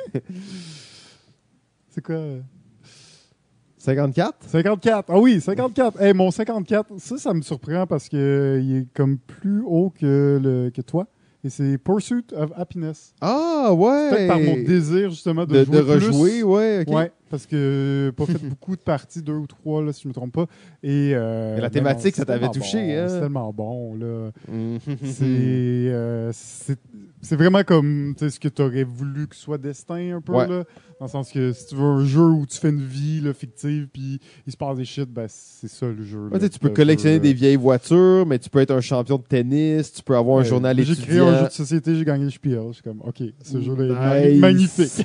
C'est quoi? euh? cinquante-quatre? cinquante-quatre. Ah oui, cinquante-quatre. Hey, mon cinquante-quatre, ça, ça me surprend parce qu'il est comme plus haut que, le, que toi. Et c'est Pursuit of Happiness. Ah, ouais! Peut-être par mon désir, justement, de, de, jouer de rejouer, plus. ouais, ok. Ouais, parce que euh, pas fait beaucoup de parties, deux ou trois, là, si je me trompe pas. Et, euh, Mais la ben thématique, non, ça t'avait c'est tellement touché, bon, hein? C'est tellement bon, là. Mhm. C'est euh, c'est c'est vraiment comme tu sais, ce que tu aurais voulu que soit Destin un peu, Ouais. là, dans le sens que si tu veux un jeu où tu fais une vie là, fictive puis il se passe des shit, ben c'est ça le jeu. Ouais, là. tu sais, tu peux Le collectionner jeu, des là. vieilles voitures, mais tu peux être un champion de tennis, tu peux avoir un Ouais, journal j'ai créé un jeu étudiant. de société, j'ai gagné le Spiel. Je suis comme, OK, ce jeu-là Nice. est magnifique.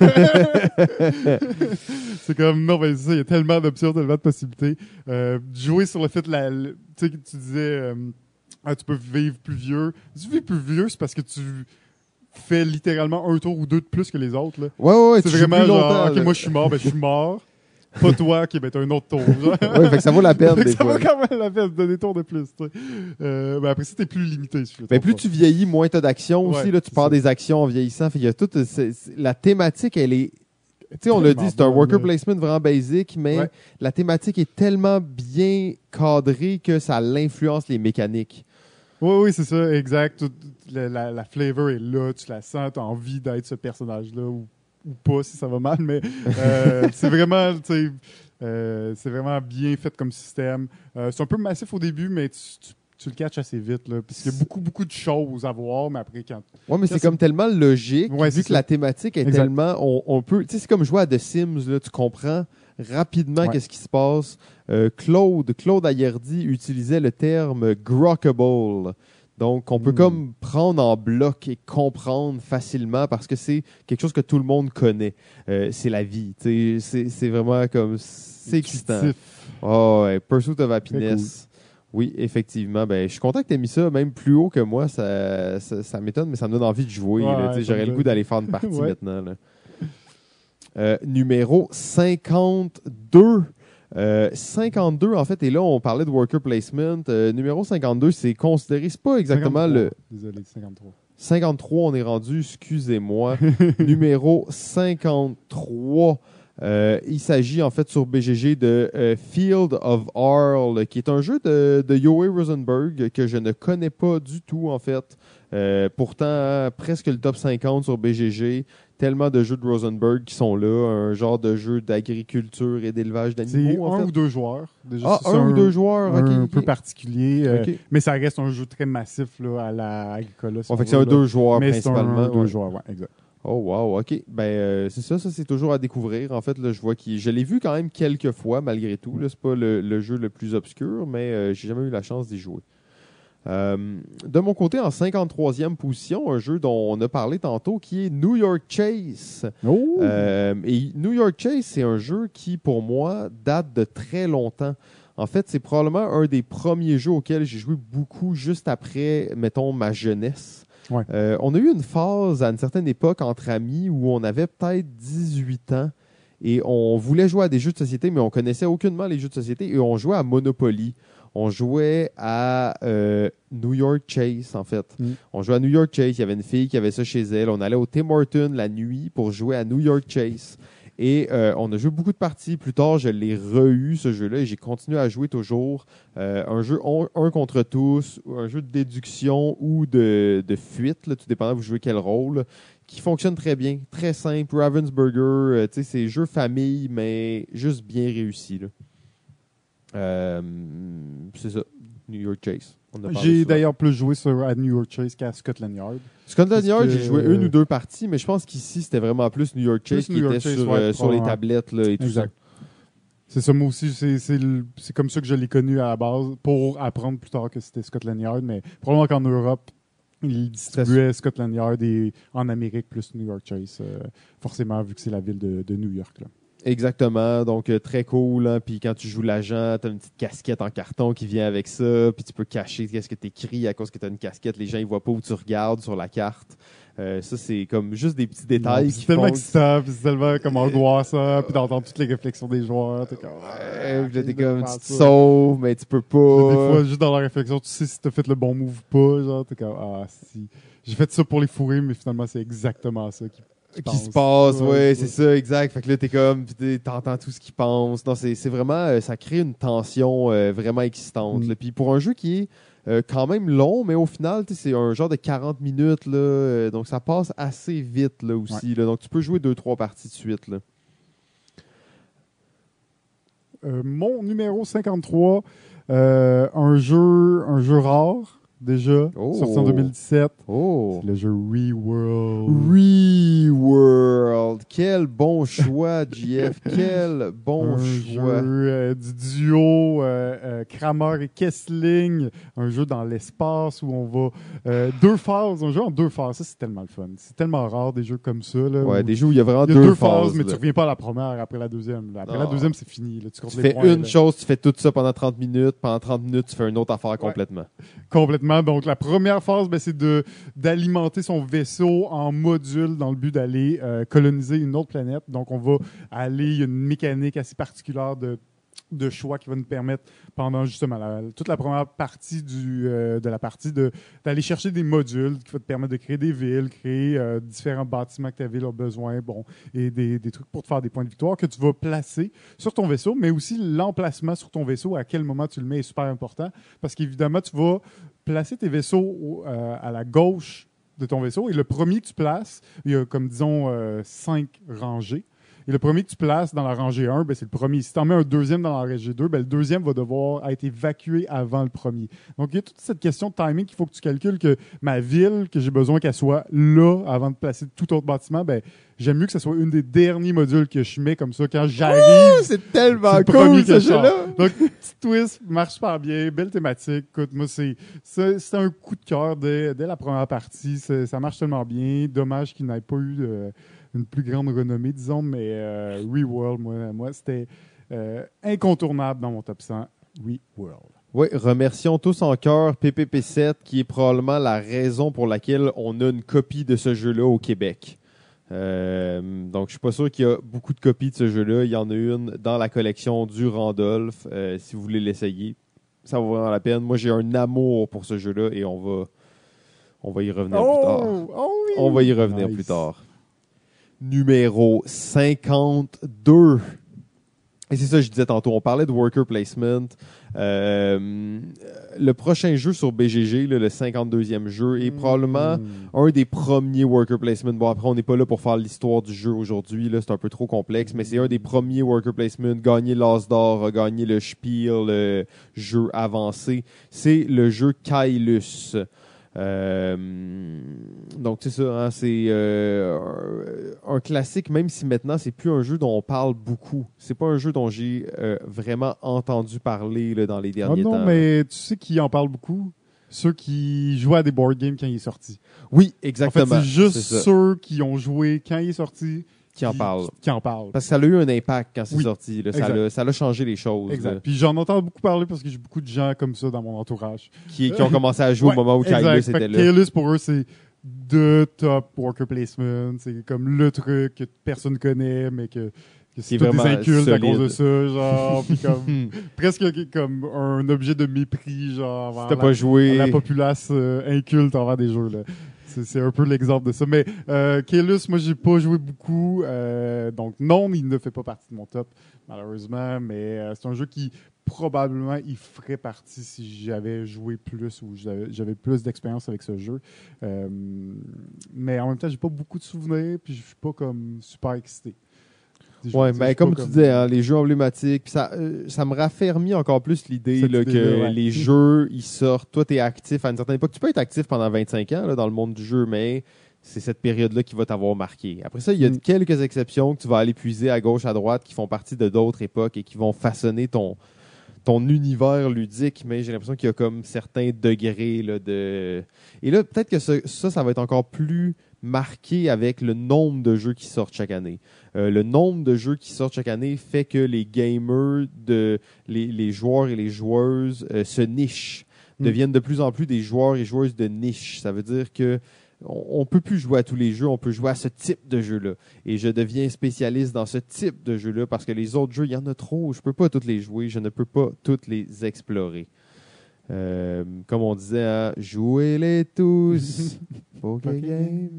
C'est comme, non, ben c'est ça, il y a tellement d'options, tellement de possibilités. Euh, jouer sur le fait, de la, le- tu sais, tu disais, euh, ah, tu peux vivre plus vieux. Si tu vis plus vieux, c'est parce que tu fais littéralement un tour ou deux de plus que les autres. Là. Ouais, ouais, ouais, C'est tu joues vraiment plus genre, longtemps. OK, là. moi je suis mort, ben je suis mort. Pas toi, OK, ben t'as un autre tour. Genre. Ouais, fait que ça vaut la peine, Fait que des ça fois. vaut quand même la peine de donner des tours de plus. Tu sais. Euh, ben après ça, t'es plus limité. Si je me Ben, trompe plus pas. tu vieillis, moins tu as d'actions aussi. Ouais, Là, tu c'est pars ça. des actions en vieillissant. Fait, il y a toute, c'est- c'est- la thématique, elle est. Tu sais, on l'a Tellement dit, c'est un bonne, worker là. placement vraiment basique, mais Ouais. la thématique est tellement bien cadrée que ça l'influence les mécaniques. Oui, oui, c'est ça, exact. Tout- la, la, la flavor est là, tu la sens, tu as envie d'être ce personnage-là ou, ou pas si ça va mal, mais euh, c'est vraiment, tu sais, euh, c'est vraiment bien fait comme système. Euh, c'est un peu massif au début, mais tu, tu, tu le catches assez vite, là, parce qu'il y a beaucoup, beaucoup de choses à voir, mais après, quand... Ouais, mais Ça, c'est c'est- comme tellement logique, Ouais, vu c'est que ça. la thématique est Exact. tellement. On, on peut. Tu sais, c'est comme jouer à The Sims, là, tu comprends rapidement Ouais. qu'est-ce qui se passe. Euh, Claude, Claude Ayerdi utilisait le terme grokkable. Donc, on peut Mm. comme prendre en bloc et comprendre facilement parce que c'est quelque chose que tout le monde connaît. Euh, c'est la vie. Tu sais, C'est c'est vraiment comme. C'est excitant. Intuitif. Oh, ouais. Pursuit of Happiness. Oui, effectivement. Ben, je suis content que tu aies mis ça même plus haut que moi. Ça, ça, ça m'étonne, mais ça me donne envie de jouer. Ouais, là. Tu sais, ça J'aurais me le donne- goût d'aller faire une partie Ouais. maintenant. Là. Euh, numéro cinquante-deux. Euh, cinquante-deux, en fait, et là, on parlait de worker placement. Euh, numéro cinquante-deux, c'est considéré, c'est pas exactement cinquante-trois. le. Désolé, cinquante-trois. cinquante-trois, on est rendu, excusez-moi. Numéro cinquante-trois. Euh, il s'agit en fait sur B G G de euh, Field of Arle, qui est un jeu de, de Yohei Rosenberg que je ne connais pas du tout en fait. Euh, pourtant, hein, presque le top cinquante sur B G G. Tellement de jeux de Rosenberg qui sont là. Un genre de jeu d'agriculture et d'élevage C'est d'animaux en un fait. ou deux joueurs. Déjà, Ah, ça, un c'est ou deux joueurs, ok. Un ok. peu particulier. euh, Ok. Mais ça reste un jeu très massif là, à la Agricola. si Ouais, on fait que c'est veut, un là. deux joueurs Mais c'est un principalement. deux ouais. joueurs, ouais, exact. Oh wow, ok. Ben euh, c'est ça, ça c'est toujours à découvrir. En fait, là, je vois qu'il, je l'ai vu quand même quelques fois malgré tout. Là, c'est pas le, le jeu le plus obscur, mais euh, j'ai jamais eu la chance d'y jouer. Euh, de mon côté, en cinquante-troisième position, un jeu dont on a parlé tantôt, qui est New York Chase. Oh! Euh, et New York Chase, c'est un jeu qui, pour moi, date de très longtemps. En fait, c'est probablement un des premiers jeux auxquels j'ai joué beaucoup juste après, mettons, ma jeunesse. Ouais. Euh, on a eu une phase à une certaine époque entre amis où on avait peut-être dix-huit ans et on voulait jouer à des jeux de société, mais on connaissait aucunement les jeux de société et on jouait à Monopoly. On jouait à euh, New York Chase, en fait. Mm. On jouait à New York Chase. Il y avait une fille qui avait ça chez elle. On allait au Tim Hortons la nuit pour jouer à New York Chase. Et euh, on a joué beaucoup de parties. Plus tard, je l'ai re-eu, ce jeu-là, et j'ai continué à jouer toujours. Euh, un jeu on, un contre tous, ou un jeu de déduction ou de, de fuite, là, tout dépendant vous jouez quel rôle, qui fonctionne très bien, très simple. Ravensburger, euh, tu sais, c'est jeu famille, mais juste bien réussi. Là. Euh, c'est ça, New York Chase. On a parlé J'ai souvent. d'ailleurs plus joué sur, à New York Chase qu'à Scotland Yard. Scotland Parce Yard, que- j'ai joué une ou deux parties, mais je pense qu'ici, c'était vraiment plus New York Chase Plus qui New York était Chase, sur, ouais, euh, sur les probablement. tablettes là, et tout Exact. C'est ça, moi aussi, c'est, c'est, le- c'est comme ça que je l'ai connu à la base, pour apprendre plus tard que c'était Scotland Yard, mais probablement qu'en Europe, ils distribuaient Scotland Yard et en Amérique plus New York Chase, euh, forcément, vu que c'est la ville de, de New York. Là. ça. Exactement, donc euh, très cool. Hein. Puis quand tu joues l'agent, tu as une petite casquette en carton qui vient avec ça, puis tu peux cacher qu'est-ce que tu écris à cause que tu as une casquette. Les gens ils voient pas où tu regardes sur la carte. Euh, ça, c'est comme juste des petits détails Non, qui c'est tellement font... excitant, puis c'est tellement comme angoissant, puis d'entendre toutes les réflexions des joueurs. T'es comme, Ouais, puis là, t'es de comme, faire tu te ça. sauves, mais tu peux Puis là, pas. des fois, juste dans la réflexion, tu sais si t'as fait le bon move ou pas. Genre, t'es comme, ah, si. J'ai fait ça pour les fourrer, mais finalement, c'est exactement ça qui, qui, Qui se passe, ouais, ouais, c'est ça, exact. Fait que là, t'es comme, pis t'es- t'entends tout ce qu'ils pensent. Non, c'est c'est vraiment, euh, ça crée une tension euh, vraiment excitante. Mm. là. Puis pour un jeu qui est euh, quand même long, mais au final, tu sais, c'est un genre de quarante minutes, là, euh, donc ça passe assez vite là aussi. Là, donc tu peux jouer deux, trois parties de suite. Là. Euh, mon numéro cinquante-trois, euh, un jeu, un jeu rare, déjà, Oh. sorti en deux mille dix-sept. Oh! C'est le jeu ReWorld. ReWorld! Quel bon choix, J F! Quel bon un choix! jeu euh, du duo euh, euh, Kramer et Kessling, un jeu dans l'espace où on va euh, deux phases, un jeu en deux phases, ça c'est tellement le fun, c'est tellement rare des jeux comme ça là, Ouais, où des jeux où il y a vraiment il y a deux, deux phases, phases. mais là. tu reviens pas à la première après la deuxième. Là. Après Ah. la deuxième c'est fini, là. tu comptes Tu les fais points, une là. chose, tu fais tout ça pendant trente minutes. Pendant trente minutes, tu fais une autre affaire complètement. Complètement. Donc, la première phase, ben, c'est de d'alimenter son vaisseau en module dans le but d'aller euh, coloniser une autre planète. Donc, on va aller, il y a une mécanique assez particulière de de choix qui va nous permettre pendant justement la, toute la première partie du, euh, de la partie de d'aller chercher des modules qui vont te permettre de créer des villes, créer euh, différents bâtiments que ta ville a besoin, bon, et des, des trucs pour te faire des points de victoire que tu vas placer sur ton vaisseau, mais aussi l'emplacement sur ton vaisseau, à quel moment tu le mets est super important parce qu'évidemment, tu vas placer tes vaisseaux au- euh, à la gauche de ton vaisseau et le premier que tu places, il y a comme disons euh, cinq rangées. Et le premier que tu places dans la rangée un, ben, c'est le premier. Si tu en mets un deuxième dans la rangée deux, ben, le deuxième va devoir être évacué avant le premier. Donc, il y a toute cette question de timing qu'il faut que tu calcules que ma ville, que j'ai besoin qu'elle soit là avant de placer tout autre bâtiment, ben, j'aime mieux que ce soit une des derniers modules que je mets comme ça. Quand j'arrive, Oh, c'est tellement c'est le premier cool que ce je sors. jeu-là! Donc, petit twist, marche super bien, belle thématique. Écoute, moi, c'est, c'est, c'est un coup de cœur dès, dès la première partie. C'est- ça marche tellement bien. Dommage qu'il n'ait pas eu de, une plus grande renommée, disons, mais euh, ReWorld, moi, moi c'était euh, incontournable dans mon top cent. ReWorld. Oui, remercions tous en cœur P P P sept, qui est probablement la raison pour laquelle on a une copie de ce jeu-là au Québec. Euh, donc, je suis pas sûr qu'il y a beaucoup de copies de ce jeu-là. Il y en a une dans la collection du Randolph, euh, si vous voulez l'essayer. Ça vaut vraiment la peine. Moi, j'ai un amour pour ce jeu-là et on va, on va y revenir plus tard. oh oui! On va y revenir Nice. plus tard. Numéro cinquante-deux. Et c'est ça que je disais tantôt. On parlait de worker placement. Euh, le prochain jeu sur B G G, là, le cinquante-deuxième jeu, est probablement Mm. un des premiers worker placement. Bon, après, on n'est pas là pour faire l'histoire du jeu aujourd'hui. Là, c'est un peu trop complexe, mais c'est un des premiers worker placement. Gagner l'As d'or, a gagné le Spiel, le jeu avancé. C'est le jeu Kailus. Euh, donc c'est ça, hein, c'est euh, un, un classique, même si maintenant c'est plus un jeu dont on parle beaucoup. C'est pas un jeu dont j'ai euh, vraiment entendu parler là, dans les Oh derniers non, temps. mais tu sais qui en parle beaucoup? Ceux qui jouaient à des board games quand il est sorti. Oui, En exactement. fait, c'est juste c'est ça, ceux qui ont joué quand il est sorti qui en parle. Qui, qui en parlent. Parce que ça a eu un impact quand c'est Oui, sorti. Là. Ça, exact. l'a, ça l'a changé les choses. Exact. là, Puis j'en entends beaucoup parler parce que j'ai beaucoup de gens comme ça dans mon entourage. qui, qui ont commencé à jouer Ouais, au moment où exact. Kailus Fait était que là. Kailus, pour eux, c'est de top worker placement. C'est comme le truc que personne connaît, mais que, que Qui c'est est tous des vraiment incultes à solide. cause de ça. Genre, puis comme, presque comme un objet de mépris, genre, Si envers t'as la, pas joué... la populace euh, inculte envers des jeux, là. C'est, c'est un peu l'exemple de ça. Mais euh, Kailus, moi, j'ai pas joué beaucoup. Euh, donc, non, il ne fait pas partie de mon top, malheureusement. Mais euh, c'est un jeu qui, probablement, il ferait partie si j'avais joué plus ou j'avais, j'avais plus d'expérience avec ce jeu. Euh, mais en même temps, j'ai pas beaucoup de souvenirs, puis je suis pas comme super excité. Je Ouais, veux dire, mais je suis comme pas tu disais, hein, les jeux emblématiques, pis ça, euh, ça me raffermit encore plus l'idée Cette là, que idée-là, ouais. les jeux, ils sortent. Toi, tu es actif à une certaine époque. Tu peux être actif pendant vingt-cinq ans là, dans le monde du jeu, mais c'est cette période-là qui va t'avoir marqué. Après ça, il y a Mm. quelques exceptions que tu vas aller puiser à gauche, à droite, qui font partie de d'autres époques et qui vont façonner ton, ton univers ludique, mais j'ai l'impression qu'il y a comme certains degrés là, de... Et là, peut-être que ce- ça, ça va être encore plus marqué avec le nombre de jeux qui sortent chaque année. Euh, le nombre de jeux qui sortent chaque année fait que les gamers, de, les, les joueurs et les joueuses euh, se nichent, Mm. deviennent de plus en plus des joueurs et joueuses de niche. Ça veut dire que on ne peut plus jouer à tous les jeux, on peut jouer à ce type de jeu-là. Et je deviens spécialiste dans ce type de jeu-là parce que les autres jeux, il y en a trop. Je ne peux pas tous les jouer, je ne peux pas tous les explorer. Euh, comme on disait, hein, jouez-les tous. Poké Game.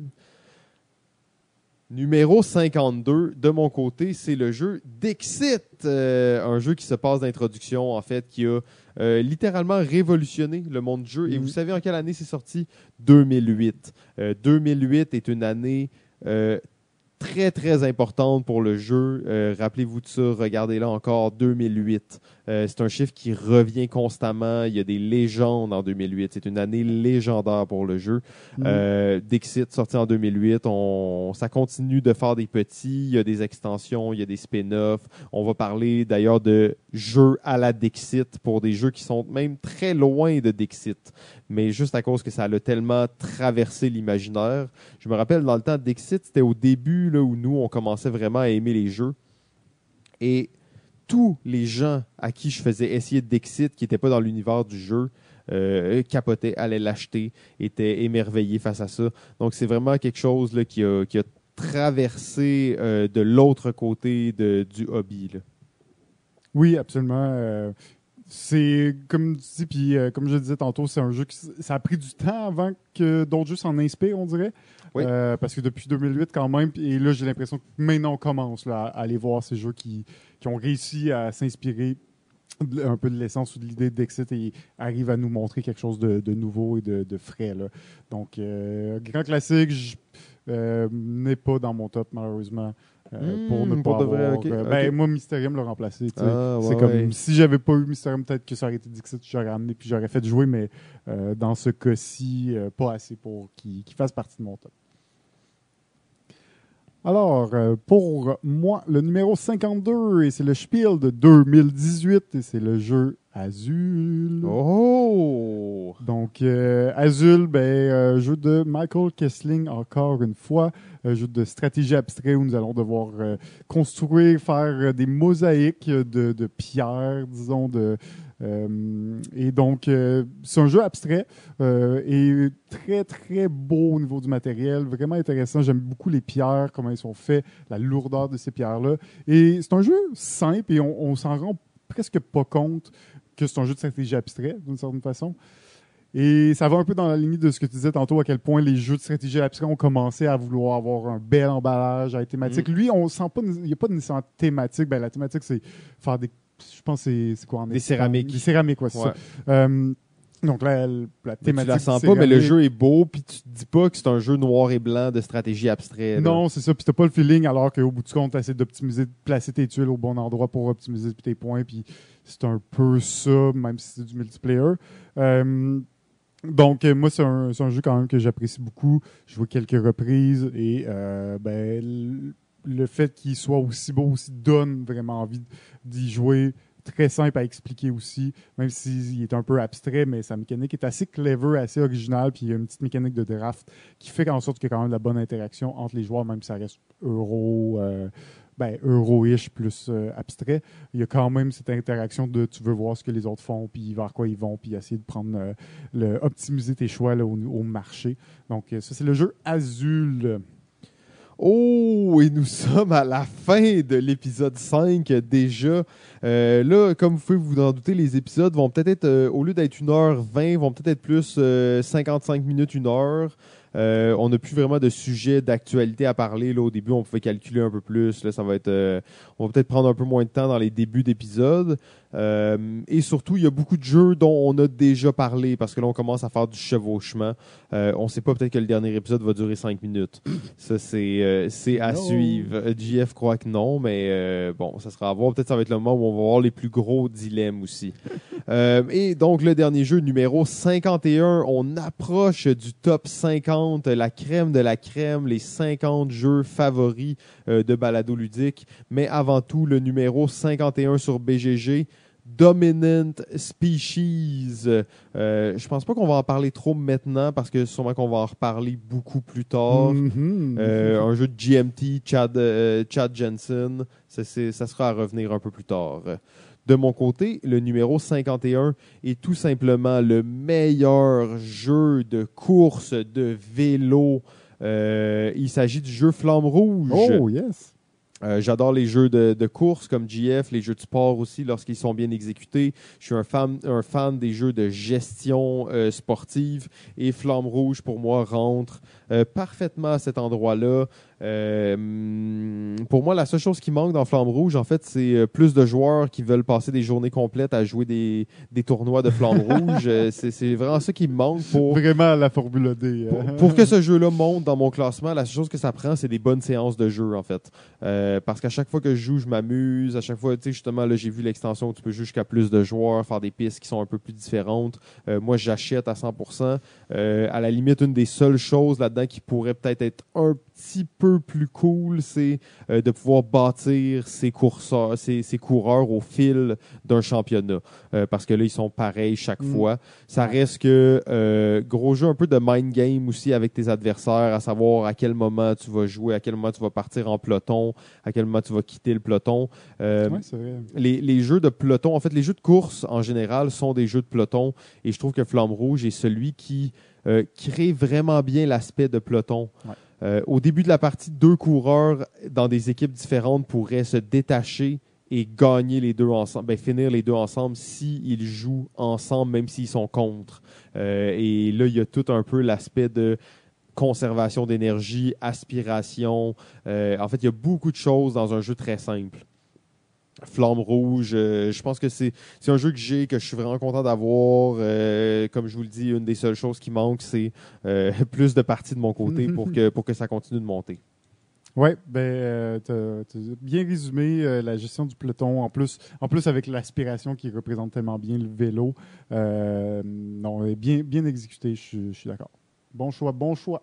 Numéro cinquante-deux, de mon côté, c'est le jeu Dixit. Euh, un jeu qui se passe d'introduction, en fait, qui a euh, littéralement révolutionné le monde du jeu. Mm-hmm. Et vous savez en quelle année c'est sorti? deux mille huit. Euh, deux mille huit est une année euh, très, très importante pour le jeu. Euh, rappelez-vous de ça, regardez-là encore, deux mille huit. Euh, c'est un chiffre qui revient constamment. Il y a des légendes en deux mille huit. C'est une année légendaire pour le jeu. Mm. Euh, Dixit, sorti en deux mille huit, on, ça continue de faire des petits. Il y a des extensions, il y a des spin-offs. On va parler d'ailleurs de jeux à la Dixit pour des jeux qui sont même très loin de Dixit. Mais juste à cause que ça a tellement traversé l'imaginaire. Je me rappelle, dans le temps, Dixit, c'était au début là, où nous, on commençait vraiment à aimer les jeux. Et tous les gens à qui je faisais essayer Dixit, qui n'étaient pas dans l'univers du jeu, euh, capotaient, allaient l'acheter, étaient émerveillés face à ça. Donc, c'est vraiment quelque chose là, qui, a, qui a traversé euh, de l'autre côté de, du hobby. Là. Oui, absolument. Euh, c'est comme tu dis, puis euh, comme je disais tantôt, c'est un jeu qui ça a pris du temps avant que d'autres jeux s'en inspirent, on dirait. Oui. Euh, parce que depuis deux mille huit, quand même, et là, j'ai l'impression que maintenant, on commence là, à aller voir ces jeux qui, qui ont réussi à s'inspirer un peu de l'essence ou de l'idée d'Exit et arrivent à nous montrer quelque chose de, de nouveau et de, de frais. Là. Donc, euh, grand classique, je, euh, n'est pas dans mon top, malheureusement. Euh, mmh, pour ne pas pour avoir... Vrai, okay, euh, ben, okay. Moi, Mysterium l'a remplacé. Ah, ouais, c'est comme ouais. Si j'avais pas eu Mysterium, peut-être que ça aurait été Dixit, j'aurais amené puis j'aurais fait jouer, mais euh, dans ce cas-ci, euh, pas assez pour qu'il, qu'il fasse partie de mon top. Alors, euh, pour moi, le numéro cinquante-deux, et c'est le Spiel de deux mille dix-huit, et c'est le jeu Azul. Oh! Donc, euh, Azul, ben, euh, jeu de Michael Kessling, encore une fois, un jeu de stratégie abstrait où nous allons devoir euh, construire, faire des mosaïques de, de pierres, disons, de... Euh, et donc, euh, c'est un jeu abstrait euh, et très, très beau au niveau du matériel, vraiment intéressant. J'aime beaucoup les pierres, comment ils sont faits, la lourdeur de ces pierres-là. Et c'est un jeu simple et on, on s'en rend presque pas compte que c'est un jeu de stratégie abstrait, d'une certaine façon. Et ça va un peu dans la ligne de ce que tu disais tantôt, à quel point les jeux de stratégie abstrait ont commencé à vouloir avoir un bel emballage, à être thématique. Mmh. Lui, on sent pas, il n'y a pas nécessairement de thématique. Ben, la thématique, c'est faire des je pense que c'est, c'est quoi en Des céramiques. Des céramiques, ouais, c'est ouais. ça. Euh, donc là, la thématique. Tu la sens pas, mais le jeu est beau, puis tu te dis pas que c'est un jeu noir et blanc de stratégie abstrait. Non, c'est ça, puis t'as pas le feeling, alors qu'au bout du compte, t'essaies d'optimiser, de placer tes tuiles au bon endroit pour optimiser tes points, puis c'est un peu ça, même si c'est du multiplayer. Euh, donc, moi, c'est un, c'est un jeu quand même que j'apprécie beaucoup. Je joue quelques reprises et euh, ben, le fait qu'il soit aussi beau aussi donne vraiment envie d'y jouer. Très simple à expliquer aussi, même s'il est un peu abstrait, mais sa mécanique est assez clever, assez originale, puis il y a une petite mécanique de draft qui fait en sorte qu'il y a quand même de la bonne interaction entre les joueurs, même si ça reste euro, euh, ben, euro-ish plus euh, abstrait. Il y a quand même cette interaction de tu veux voir ce que les autres font, puis vers quoi ils vont, puis essayer de prendre euh, le, optimiser tes choix là, au, au marché. Donc ça, c'est le jeu Azul. Oh, et nous sommes à la fin de l'épisode cinq déjà. Euh, là, comme vous pouvez vous en douter, les épisodes vont peut-être être, euh, au lieu d'être une heure vingt, vont peut-être être plus euh, cinquante-cinq minutes, une heure. Euh, on n'a plus vraiment de sujet d'actualité à parler. Là, au début, on pouvait calculer un peu plus. Là, ça va être, euh, on va peut-être prendre un peu moins de temps dans les débuts d'épisodes. Euh, et surtout, il y a beaucoup de jeux dont on a déjà parlé parce que là, on commence à faire du chevauchement. Euh, on ne sait pas, peut-être que le dernier épisode va durer cinq minutes. Ça, c'est, euh, c'est à no. suivre. J F croit que non, mais euh, bon, ça sera à voir. Peut-être que ça va être le moment où on va voir les plus gros dilemmes aussi. euh, et donc, le dernier jeu, numéro cinquante et un, on approche du top cinquante, la crème de la crème, les cinquante jeux favoris euh, de balado ludique. Mais avant tout, le numéro cinquante et un sur B G G, Dominant Species. Euh, je pense pas qu'on va en parler trop maintenant parce que sûrement qu'on va en reparler beaucoup plus tard. Mm-hmm. Euh, un jeu de G M T, Chad, euh, Chad Jensen, ça, c'est, ça sera à revenir un peu plus tard. De mon côté, le numéro cinquante et un est tout simplement le meilleur jeu de course de vélo. Euh, il s'agit du jeu Flamme Rouge. Oh, yes! Euh, j'adore les jeux de, de course comme G F, les jeux de sport aussi lorsqu'ils sont bien exécutés. Je suis un fan, un fan des jeux de gestion euh, sportive et Flamme Rouge pour moi rentre euh, parfaitement à cet endroit-là. Euh, pour moi, la seule chose qui manque dans Flamme Rouge, en fait, c'est euh, plus de joueurs qui veulent passer des journées complètes à jouer des, des tournois de Flamme Rouge. Euh, c'est, c'est vraiment ça qui me manque pour... Vraiment la Formule D. Pour, pour que ce jeu-là monte dans mon classement, la seule chose que ça prend, c'est des bonnes séances de jeu, en fait. Euh, parce qu'à chaque fois que je joue, je m'amuse. À chaque fois, tu sais, justement, là, j'ai vu l'extension où tu peux jouer jusqu'à plus de joueurs, faire des pistes qui sont un peu plus différentes. Euh, moi, j'achète à cent pour cent. Euh, à la limite, une des seules choses là-dedans qui pourrait peut-être être un petit peu plus cool, c'est euh, de pouvoir bâtir ses courseurs, ses, ses coureurs au fil d'un championnat. Euh, parce que là, ils sont pareils chaque Mm. fois. Ça reste que euh, gros jeu un peu de mind game aussi avec tes adversaires, à savoir à quel moment tu vas jouer, à quel moment tu vas partir en peloton, à quel moment tu vas quitter le peloton. Euh, Ouais, c'est vrai. les, les jeux de peloton, en fait, les jeux de course en général sont des jeux de peloton et je trouve que Flamme Rouge est celui qui euh, crée vraiment bien l'aspect de peloton. Ouais. Euh, au début de la partie, deux coureurs dans des équipes différentes pourraient se détacher et gagner les deux ensemble, ben, finir les deux ensemble s'ils jouent ensemble, même s'ils sont contre. Euh, et là, il y a tout un peu l'aspect de conservation d'énergie, aspiration. Euh, en fait, il y a beaucoup de choses dans un jeu très simple. Flamme Rouge, euh, je pense que c'est, c'est un jeu que j'ai, que je suis vraiment content d'avoir. Euh, comme je vous le dis, une des seules choses qui manque, c'est euh, plus de parties de mon côté pour que, pour que ça continue de monter. Oui, ben, euh, t'as, t'as bien résumé euh, la gestion du peloton. En plus, en plus avec l'aspiration qui représente tellement bien le vélo. Euh, non, bien, bien exécuté, je suis- je suis d'accord. Bon choix, bon choix.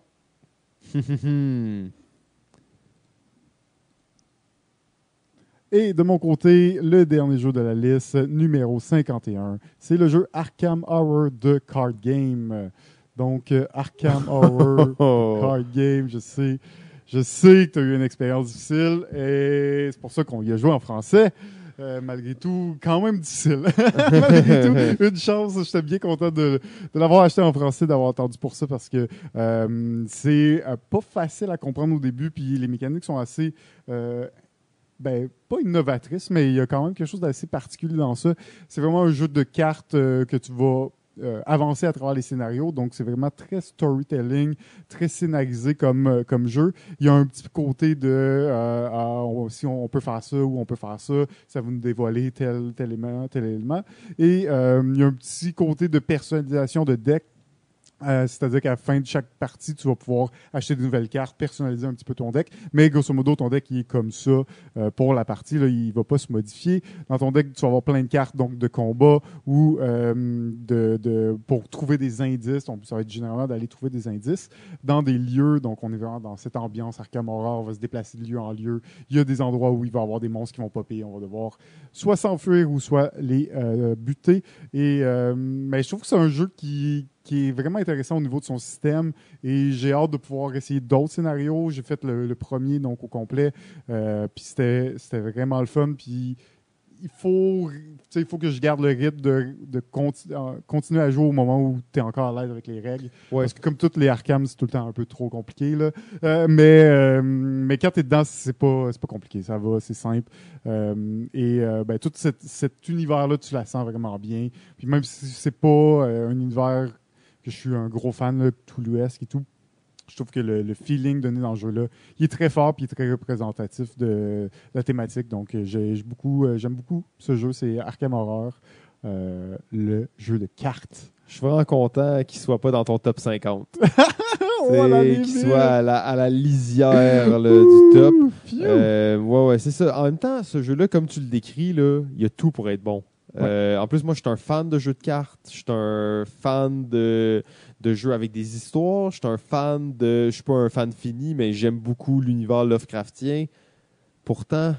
Et de mon côté, le dernier jeu de la liste, numéro cinquante et un, c'est le jeu Arkham Horror de Card Game. Donc, euh, Arkham Horror de Card Game, je sais, je sais que tu as eu une expérience difficile et c'est pour ça qu'on y a joué en français. Euh, malgré tout, quand même difficile. Malgré tout, une chance, j'étais bien content de, de l'avoir acheté en français, d'avoir attendu pour ça parce que euh, c'est euh, pas facile à comprendre au début, puis les mécaniques sont assez... Euh, ben, pas innovatrice, mais il y a quand même quelque chose d'assez particulier dans ça. C'est vraiment un jeu de cartes euh, que tu vas euh, avancer à travers les scénarios. Donc, c'est vraiment très storytelling, très scénarisé comme, euh, comme jeu. Il y a un petit côté de euh, ah, on, si on, on peut faire ça ou on peut faire ça, ça va nous dévoiler tel, tel élément, tel élément. Et euh, il y a un petit côté de personnalisation de deck. Euh, c'est-à-dire qu'à la fin de chaque partie, tu vas pouvoir acheter de nouvelles cartes, personnaliser un petit peu ton deck. Mais grosso modo, ton deck il est comme ça euh, pour la partie. Là, il ne va pas se modifier. Dans ton deck, tu vas avoir plein de cartes donc de combat ou euh, de, de, pour trouver des indices. Donc, ça va être généralement d'aller trouver des indices dans des lieux. Donc, on est vraiment dans cette ambiance Arkham Horror. On va se déplacer de lieu en lieu. Il y a des endroits où il va y avoir des monstres qui vont popper. On va devoir soit s'enfuir ou soit les euh, buter. Et, euh, mais je trouve que c'est un jeu qui qui est vraiment intéressant au niveau de son système et j'ai hâte de pouvoir essayer d'autres scénarios. J'ai fait le, le premier donc au complet, euh, puis c'était, c'était vraiment le fun. Puis il faut, il faut que je garde le rythme de, de conti- continuer à jouer au moment où tu es encore à l'aise avec les règles. Ouais. Parce que comme toutes les Arkham, c'est tout le temps un peu trop compliqué. Là. Euh, mais, euh, mais quand tu es dedans, c'est pas, c'est pas compliqué. Ça va, c'est simple. Euh, et euh, ben, tout cette, cet univers-là, tu la sens vraiment bien. Puis même si c'est pas euh, un univers que je suis un gros fan, là, Toulouse et tout. Je trouve que le, le feeling donné dans ce jeu-là, il est très fort puis il est très représentatif de la thématique. Donc, j'ai, j'ai beaucoup, euh, j'aime beaucoup ce jeu. C'est Arkham Horror, euh, le jeu de cartes. Je suis vraiment content qu'il soit pas dans ton top cinquante. Oh, la qu'il soit à la, à la lisière là, du top. Euh, ouais, ouais, c'est ça. En même temps, ce jeu-là, comme tu le décris, là, il y a tout pour être bon. Ouais. Euh, en plus, moi, je suis un fan de jeux de cartes. Je suis un fan de, de jeux avec des histoires. Je suis un fan de... Je suis pas un fan fini, mais j'aime beaucoup l'univers Lovecraftien. Pourtant,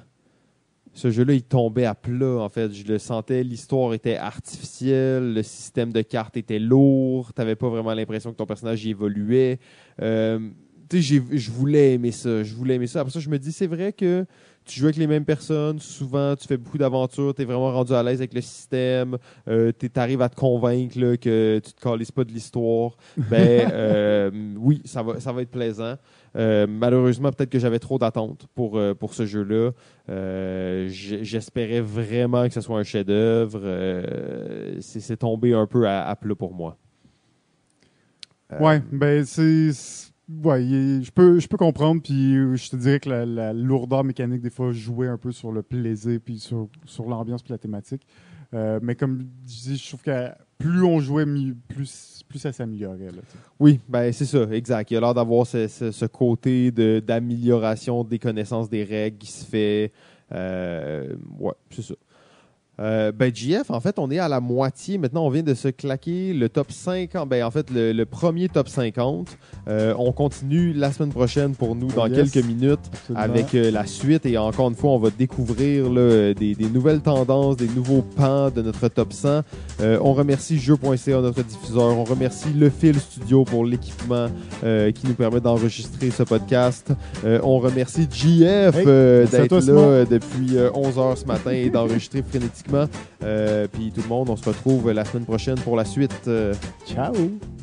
ce jeu-là, il tombait à plat, en fait. Je le sentais, l'histoire était artificielle, le système de cartes était lourd, t'avais pas vraiment l'impression que ton personnage y évoluait. Euh, tu sais, je voulais aimer ça. Je voulais aimer ça. Après ça, je me dis, c'est vrai que tu joues avec les mêmes personnes. Souvent, tu fais beaucoup d'aventures. Tu es vraiment rendu à l'aise avec le système. Euh, tu arrives à te convaincre là, que tu te calisses pas de l'histoire. Ben, euh, oui, ça va, ça va être plaisant. Euh, malheureusement, peut-être que j'avais trop d'attentes pour, euh, pour ce jeu-là. Euh, J'espérais vraiment que ce soit un chef-d'œuvre. Euh, c'est tombé un peu à, à plat pour moi. Euh, ouais, ben c'est... Ouais, est, je peux je peux comprendre, puis je te dirais que la, la lourdeur mécanique, des fois, jouait un peu sur le plaisir, puis sur, sur l'ambiance, puis la thématique. Euh, mais comme je dis, je trouve que plus on jouait, plus, plus ça s'améliorait. Oui, ben c'est ça, exact. Il y a l'air d'avoir ce, ce, ce côté d'amélioration de, des connaissances des règles qui se fait. Euh, ouais, c'est ça. Euh, ben, J F, en fait, on est à la moitié. Maintenant, on vient de se claquer le top cinquante. Ben, en fait, le, le premier top cinquante. Euh, on continue la semaine prochaine pour nous dans yes. quelques minutes Absolument. Avec euh, la suite. Et encore une fois, on va découvrir là, des, des nouvelles tendances, des nouveaux pans de notre top cent. Euh, on remercie jeux point c a, notre diffuseur. On remercie Le Fil Studio pour l'équipement euh, qui nous permet d'enregistrer ce podcast. Euh, on remercie J F hey, euh, d'être là euh, depuis euh, onze heures ce matin et d'enregistrer frénétiquement. Euh, puis tout le monde, on se retrouve la semaine prochaine pour la suite. Euh, Ciao!